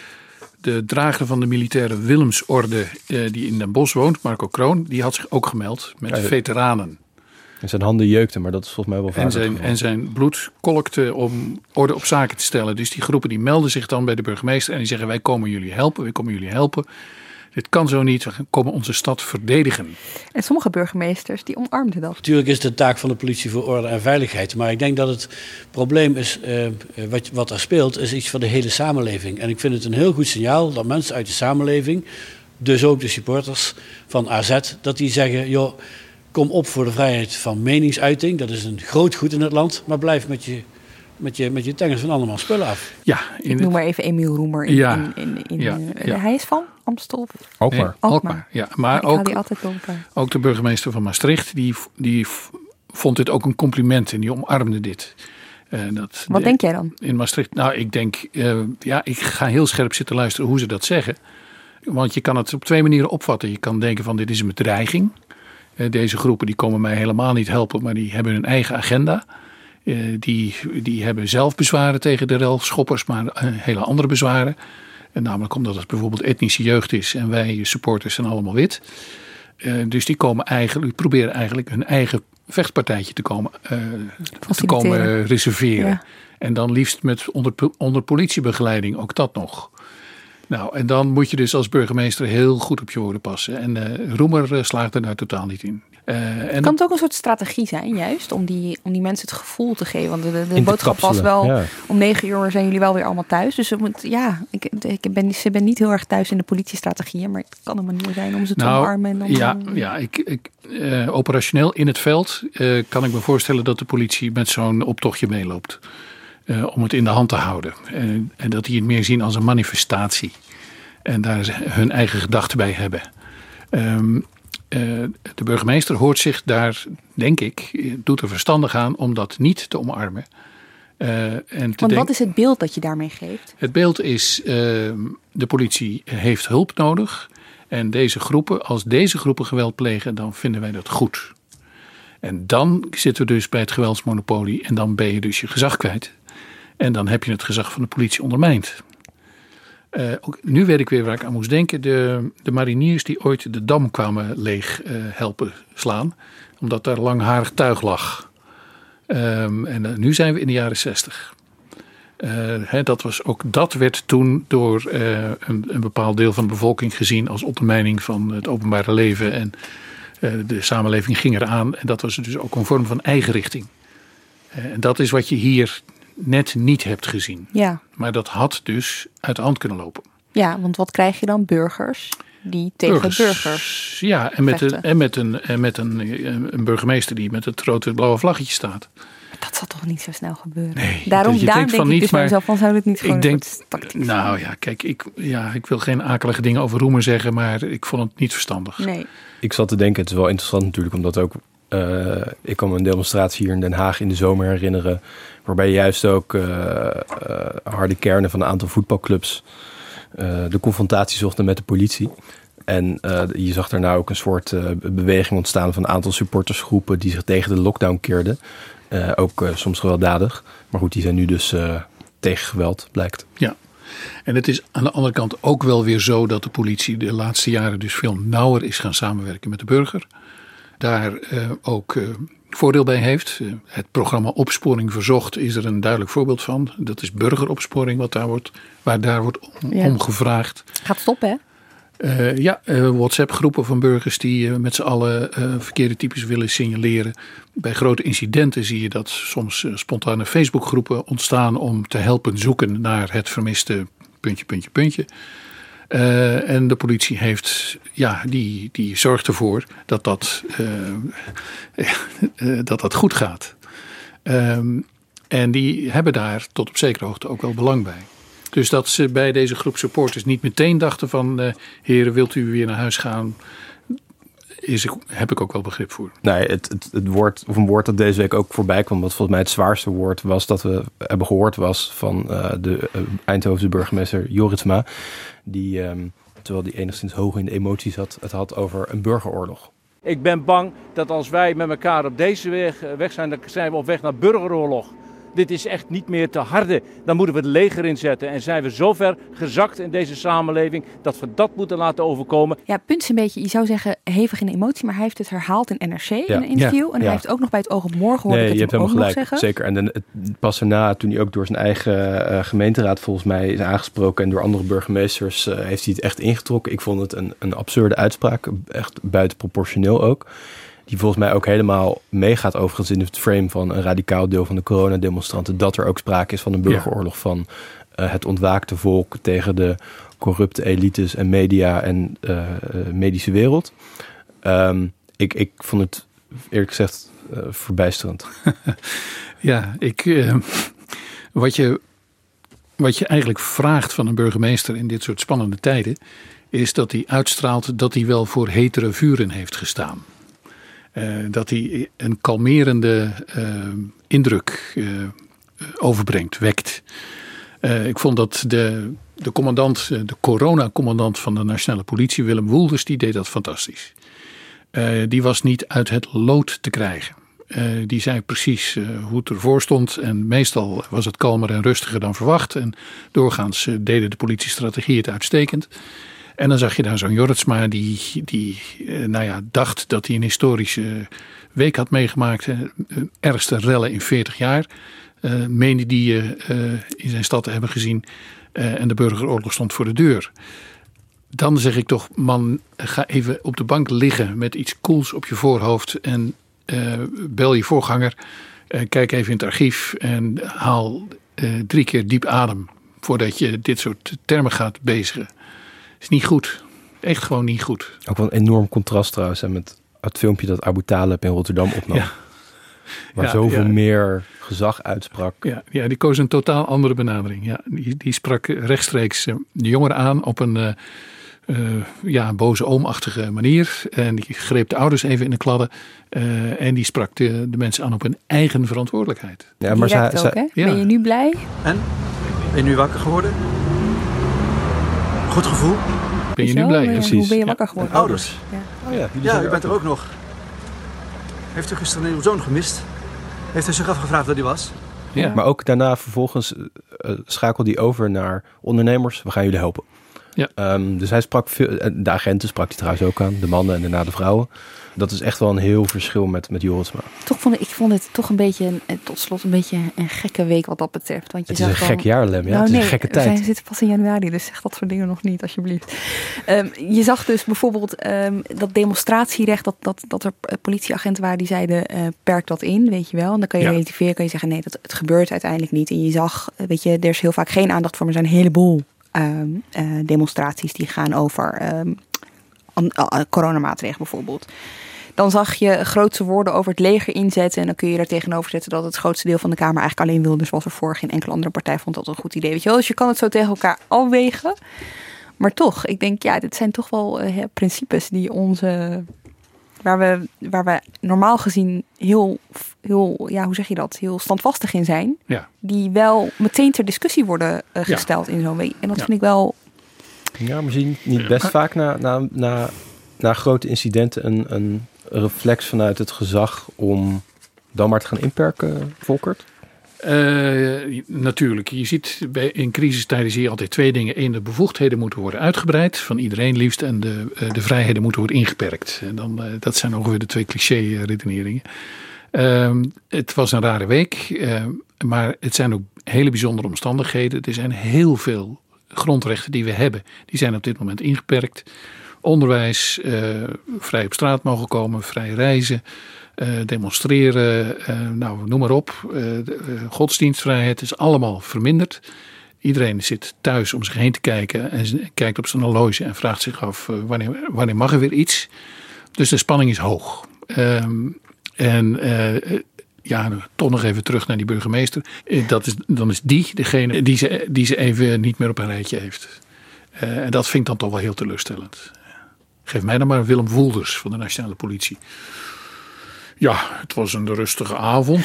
de drager van de militaire Willemsorde, uh, die in Den Bosch woont, Marco Kroon, die had zich ook gemeld met ja, veteranen. En zijn handen jeukten, maar dat is volgens mij wel vaker. En zijn, en zijn bloed kolkte om orde op zaken te stellen. Dus die groepen die melden zich dan bij de burgemeester en die zeggen: wij komen jullie helpen, wij komen jullie helpen. Dit kan zo niet, we komen onze stad verdedigen. En sommige burgemeesters die omarmden dat. Natuurlijk is het de taak van de politie voor orde en veiligheid. Maar ik denk dat het probleem is, uh, wat, wat er speelt, is iets voor de hele samenleving. En ik vind het een heel goed signaal dat mensen uit de samenleving, dus ook de supporters van A Z, dat die zeggen: joh, kom op voor de vrijheid van meningsuiting. Dat is een groot goed in het land. Maar blijf met je, met je, met je tengels van allemaal spullen af. Ja, in ik noem maar even Emiel Roemer. In, ja, in, in, in, ja, ja. Hij is van Amstel. Alkmaar. Nee, Alkmaar. Ja, maar ik ook, die altijd door elkaar. ook de burgemeester van Maastricht, die, die vond dit ook een compliment en die omarmde dit. Uh, dat Wat de, denk jij dan? In Maastricht, nou ik denk, uh, ja, ik ga heel scherp zitten luisteren hoe ze dat zeggen. Want je kan het op twee manieren opvatten. Je kan denken van dit is een bedreiging. Uh, deze groepen die komen mij helemaal niet helpen, maar die hebben hun eigen agenda. Uh, die, die hebben zelf bezwaren tegen de relschoppers, maar uh, hele andere bezwaren. En namelijk omdat het bijvoorbeeld etnische jeugd is en wij supporters zijn allemaal wit. Uh, dus die komen eigenlijk, proberen eigenlijk hun eigen vechtpartijtje te komen, uh, te komen reserveren. Ja. En dan liefst met onder, onder politiebegeleiding, ook dat nog. Nou, en dan moet je dus als burgemeester heel goed op je woorden passen. En uh, Roemer uh, slaagt er daar totaal niet in. Uh, en kan het ook een soort strategie zijn, juist, om die, om die mensen het gevoel te geven? Want de, de, de boodschap was wel, ja. om negen uur zijn jullie wel weer allemaal thuis. Dus het moet, ja, ik, ik ben, ze ben niet heel erg thuis in de politiestrategieën, maar het kan een manier zijn om ze te nou, omarmen. En dan ja, ja ik, ik, uh, operationeel in het veld uh, kan ik me voorstellen dat de politie met zo'n optochtje meeloopt. Uh, om het in de hand te houden. En, en dat die het meer zien als een manifestatie. En daar hun eigen gedachten bij hebben. Um, uh, de burgemeester hoort zich daar, denk ik, doet er verstandig aan om dat niet te omarmen. Uh, en te Want denk- wat is het beeld dat je daarmee geeft? Het beeld is, uh, de politie heeft hulp nodig. En deze groepen, als deze groepen geweld plegen, dan vinden wij dat goed. En dan zitten we dus bij het geweldsmonopolie en dan ben je dus je gezag kwijt. En dan heb je het gezag van de politie ondermijnd. Uh, ook, nu weet ik weer waar ik aan moest denken. De, de mariniers die ooit de dam kwamen leeg uh, helpen slaan. Omdat daar langharig tuig lag. Um, en uh, nu zijn we in de jaren zestig. Uh, hè, dat, was ook, dat werd toen door uh, een, een bepaald deel van de bevolking gezien als ondermijning van het openbare leven. En uh, de samenleving ging eraan. En dat was dus ook een vorm van eigenrichting. Uh, en dat is wat je hier net niet hebt gezien. Ja. Maar dat had dus uit de hand kunnen lopen. Ja, want wat krijg je dan? Burgers die tegen burgers. burgers ja, en met, een, en met, een, en met een, een burgemeester die met het rood-blauwe vlaggetje staat. Dat zal toch niet zo snel gebeuren? Nee, daarom je daarom denkt denk van ik niet, dus mezelf van zou het niet gewoon ik denk, tactiek Nou ja, kijk, ik, ja, ik wil geen akelige dingen over Roemer zeggen, maar ik vond het niet verstandig. Nee. Ik zat te denken, het is wel interessant natuurlijk, omdat ook Uh, ik kan me een demonstratie hier in Den Haag in de zomer herinneren, waarbij juist ook uh, uh, harde kernen van een aantal voetbalclubs uh, de confrontatie zochten met de politie. En uh, je zag daarna ook een soort uh, beweging ontstaan van een aantal supportersgroepen die zich tegen de lockdown keerden. Uh, ook uh, soms gewelddadig. Maar goed, die zijn nu dus uh, tegen geweld, blijkt. Ja. En het is aan de andere kant ook wel weer zo dat de politie de laatste jaren dus veel nauwer is gaan samenwerken met de burger. daar uh, ook uh, voordeel bij heeft. Uh, het programma Opsporing Verzocht is er een duidelijk voorbeeld van. Dat is burgeropsporing wat daar wordt, waar daar wordt om, ja. om gevraagd. Gaat stoppen, hè? Uh, ja, uh, WhatsApp-groepen van burgers die uh, met z'n allen uh, verkeerde types willen signaleren. Bij grote incidenten zie je dat soms uh, spontane Facebook-groepen ontstaan om te helpen zoeken naar het vermiste puntje, puntje, puntje. Uh, en de politie heeft, ja, die, die zorgt ervoor dat dat, uh, uh, dat, dat goed gaat. Um, en die hebben daar tot op zekere hoogte ook wel belang bij. Dus dat ze bij deze groep supporters niet meteen dachten van... Uh, heren, wilt u weer naar huis gaan? Is, heb ik ook wel begrip voor. Nee, het, het, het woord, of een woord dat deze week ook voorbij kwam... wat volgens mij het zwaarste woord was dat we hebben gehoord... was van uh, de uh, Eindhovense burgemeester Jorritsma... die, um, terwijl die enigszins hoog in de emoties had... het had over een burgeroorlog. Ik ben bang dat als wij met elkaar op deze weg, weg zijn... dan zijn we op weg naar burgeroorlog. Dit is echt niet meer te harde. Dan moeten we het leger inzetten. En zijn we zo ver gezakt in deze samenleving dat we dat moeten laten overkomen. Ja, het punt is een beetje, je zou zeggen hevig in de emotie, maar hij heeft het herhaald in N R C ja. in een interview. Ja. En hij ja. heeft ook nog bij het Oog op Morgen gehoord. Nee, ik je hebt hem helemaal ook gelijk. Nog Zeker. En dan, het, pas daarna, toen hij ook door zijn eigen uh, gemeenteraad volgens mij is aangesproken en door andere burgemeesters, uh, heeft hij het echt ingetrokken. Ik vond het een, een absurde uitspraak, echt buitenproportioneel ook. Die volgens mij ook helemaal meegaat overigens in het frame van een radicaal deel van de coronademonstranten. Dat er ook sprake is van een burgeroorlog ja. van uh, het ontwaakte volk tegen de corrupte elites en media en uh, uh, medische wereld. Um, ik, ik vond het eerlijk gezegd uh, verbijsterend. Ja, ik, uh, wat, je, wat je eigenlijk vraagt van een burgemeester in dit soort spannende tijden, is dat hij uitstraalt dat hij wel voor hetere vuren heeft gestaan. Uh, dat hij een kalmerende uh, indruk uh, overbrengt, wekt. Uh, ik vond dat de, de commandant, de coronacommandant van de nationale politie, Willem Woelders, die deed dat fantastisch. Uh, die was niet uit het lood te krijgen. Uh, die zei precies uh, hoe het ervoor stond. En meestal was het kalmer en rustiger dan verwacht. En doorgaans uh, deden de politiestrategie het uitstekend. En dan zag je daar zo'n Jorritsma die, die uh, nou ja, dacht dat hij een historische week had meegemaakt. Uh, ergste rellen in veertig jaar. Uh, meende die uh, uh, in zijn stad te hebben gezien. Uh, en de burgeroorlog stond voor de deur. Dan zeg ik toch, man, ga even op de bank liggen met iets koels op je voorhoofd. En uh, bel je voorganger. Uh, kijk even in het archief en haal uh, drie keer diep adem. Voordat je dit soort termen gaat bezigen. Is niet goed. Echt gewoon niet goed. Ook wel een enorm contrast trouwens hè, met het filmpje dat Abu Talib in Rotterdam opnam. Ja. Waar ja, zoveel ja. meer gezag uitsprak. Ja, ja, die koos een totaal andere benadering. Ja, die, die sprak rechtstreeks de jongeren aan op een uh, uh, ja, boze oomachtige manier. En die greep de ouders even in de kladden. Uh, en die sprak de, de mensen aan op hun eigen verantwoordelijkheid. Ja, maar zij, ook, zij, ja. Ben je nu blij? En? Ben je nu wakker geworden? Goed gevoel? Ben je nu blij? Ja, precies. Hoe ben je wakker geworden? Ja. Ouders. Ja, oh ja, ja u bent er ook nog. Heeft u gisteren uw zoon gemist? Heeft hij zich afgevraagd waar hij was? Ja. Maar ook daarna vervolgens uh, schakelde hij over naar ondernemers. We gaan jullie helpen. Ja. Um, dus hij sprak veel, de agenten sprak hij trouwens ook aan. De mannen en daarna de vrouwen. Dat is echt wel een heel verschil met, met Jorritsma. Toch vond ik, ik vond het toch een beetje, een, tot slot een beetje een gekke week wat dat betreft. Want je het is zag een dan, gek jaar, Lem. Ja? Nou, het is nee, een gekke tijd. We zitten pas in januari, dus zeg dat soort dingen nog niet, alsjeblieft. Um, je zag dus bijvoorbeeld um, dat demonstratierecht, dat, dat, dat er politieagenten waren die zeiden, uh, perk dat in, weet je wel. En dan kan je ja. relativeren, kan je zeggen, nee, dat, het gebeurt uiteindelijk niet. En je zag, weet je, er is heel vaak geen aandacht voor, maar er zijn een heleboel um, uh, demonstraties die gaan over um, an, uh, coronamaatregelen bijvoorbeeld. Dan zag je grootse woorden over het leger inzetten. En dan kun je er tegenover zetten dat het grootste deel van de Kamer eigenlijk alleen wilde. Dus was er voor geen enkele andere partij vond dat een goed idee. Weet je wel? Dus je kan het zo tegen elkaar afwegen. Maar toch, ik denk, ja, dit zijn toch wel uh, principes die onze, waar we, waar we normaal gezien heel, heel, ja, hoe zeg je dat, heel standvastig in zijn. Ja. Die wel meteen ter discussie worden uh, gesteld ja. in zo'n week. En dat ja. vind ik wel. Ja, maar zien niet best vaak na, na, na, na grote incidenten een, een reflex vanuit het gezag om dan maar te gaan inperken, Volkert? Uh, natuurlijk, je ziet bij, in crisistijden zie je altijd twee dingen. Eén, de bevoegdheden moeten worden uitgebreid, van iedereen liefst. En de, uh, de vrijheden moeten worden ingeperkt. En dan, uh, dat zijn ongeveer de twee cliché-redeneringen. Uh, het was een rare week, uh, maar het zijn ook hele bijzondere omstandigheden. Er zijn heel veel grondrechten die we hebben. Die zijn op dit moment ingeperkt. Onderwijs, uh, vrij op straat mogen komen, vrij reizen. Uh, demonstreren, uh, nou, noem maar op. Uh, de, uh, godsdienstvrijheid is allemaal verminderd. Iedereen zit thuis om zich heen te kijken en kijkt op zijn horloge en vraagt zich af uh, wanneer, wanneer mag er weer iets. Dus de spanning is hoog. Um, en uh, ja, toch nog even terug naar die burgemeester. Uh, dat is, dan is die degene die ze, die ze even niet meer op een rijtje heeft. Uh, en dat vind ik dan toch wel heel teleurstellend. Geef mij dan maar Willem Woelders van de Nationale Politie. Ja, het was een rustige avond.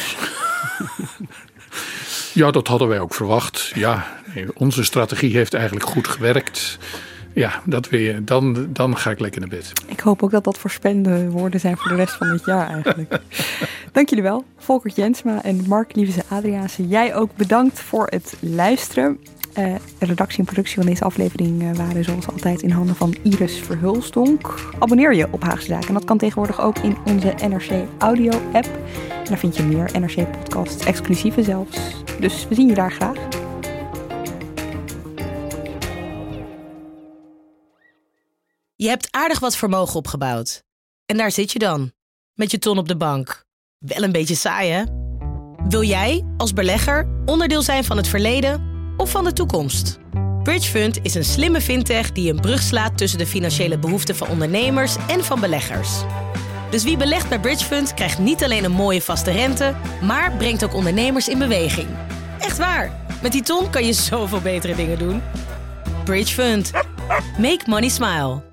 Ja, dat hadden wij ook verwacht. Ja, onze strategie heeft eigenlijk goed gewerkt. Ja, dat weer, dan, dan ga ik lekker naar bed. Ik hoop ook dat dat voorspellende woorden zijn voor de rest van het jaar eigenlijk. Dank jullie wel, Volkert Jensma en Mark Lievese Adriaanse. Jij ook bedankt voor het luisteren. Uh, de redactie en productie van deze aflevering uh, waren zoals altijd in handen van Iris Verhulstonk. Abonneer je op Haagse Zaken. En dat kan tegenwoordig ook in onze N R C Audio app. En daar vind je meer N R C podcasts, exclusieve zelfs. Dus we zien je daar graag. Je hebt aardig wat vermogen opgebouwd. En daar zit je dan, met je ton op de bank. Wel een beetje saai, hè? Wil jij, als belegger, onderdeel zijn van het verleden of van de toekomst? Bridgefund is een slimme fintech die een brug slaat tussen de financiële behoeften van ondernemers en van beleggers. Dus wie belegt bij Bridgefund krijgt niet alleen een mooie vaste rente, maar brengt ook ondernemers in beweging. Echt waar, met die ton kan je zoveel betere dingen doen. Bridgefund. Make money smile.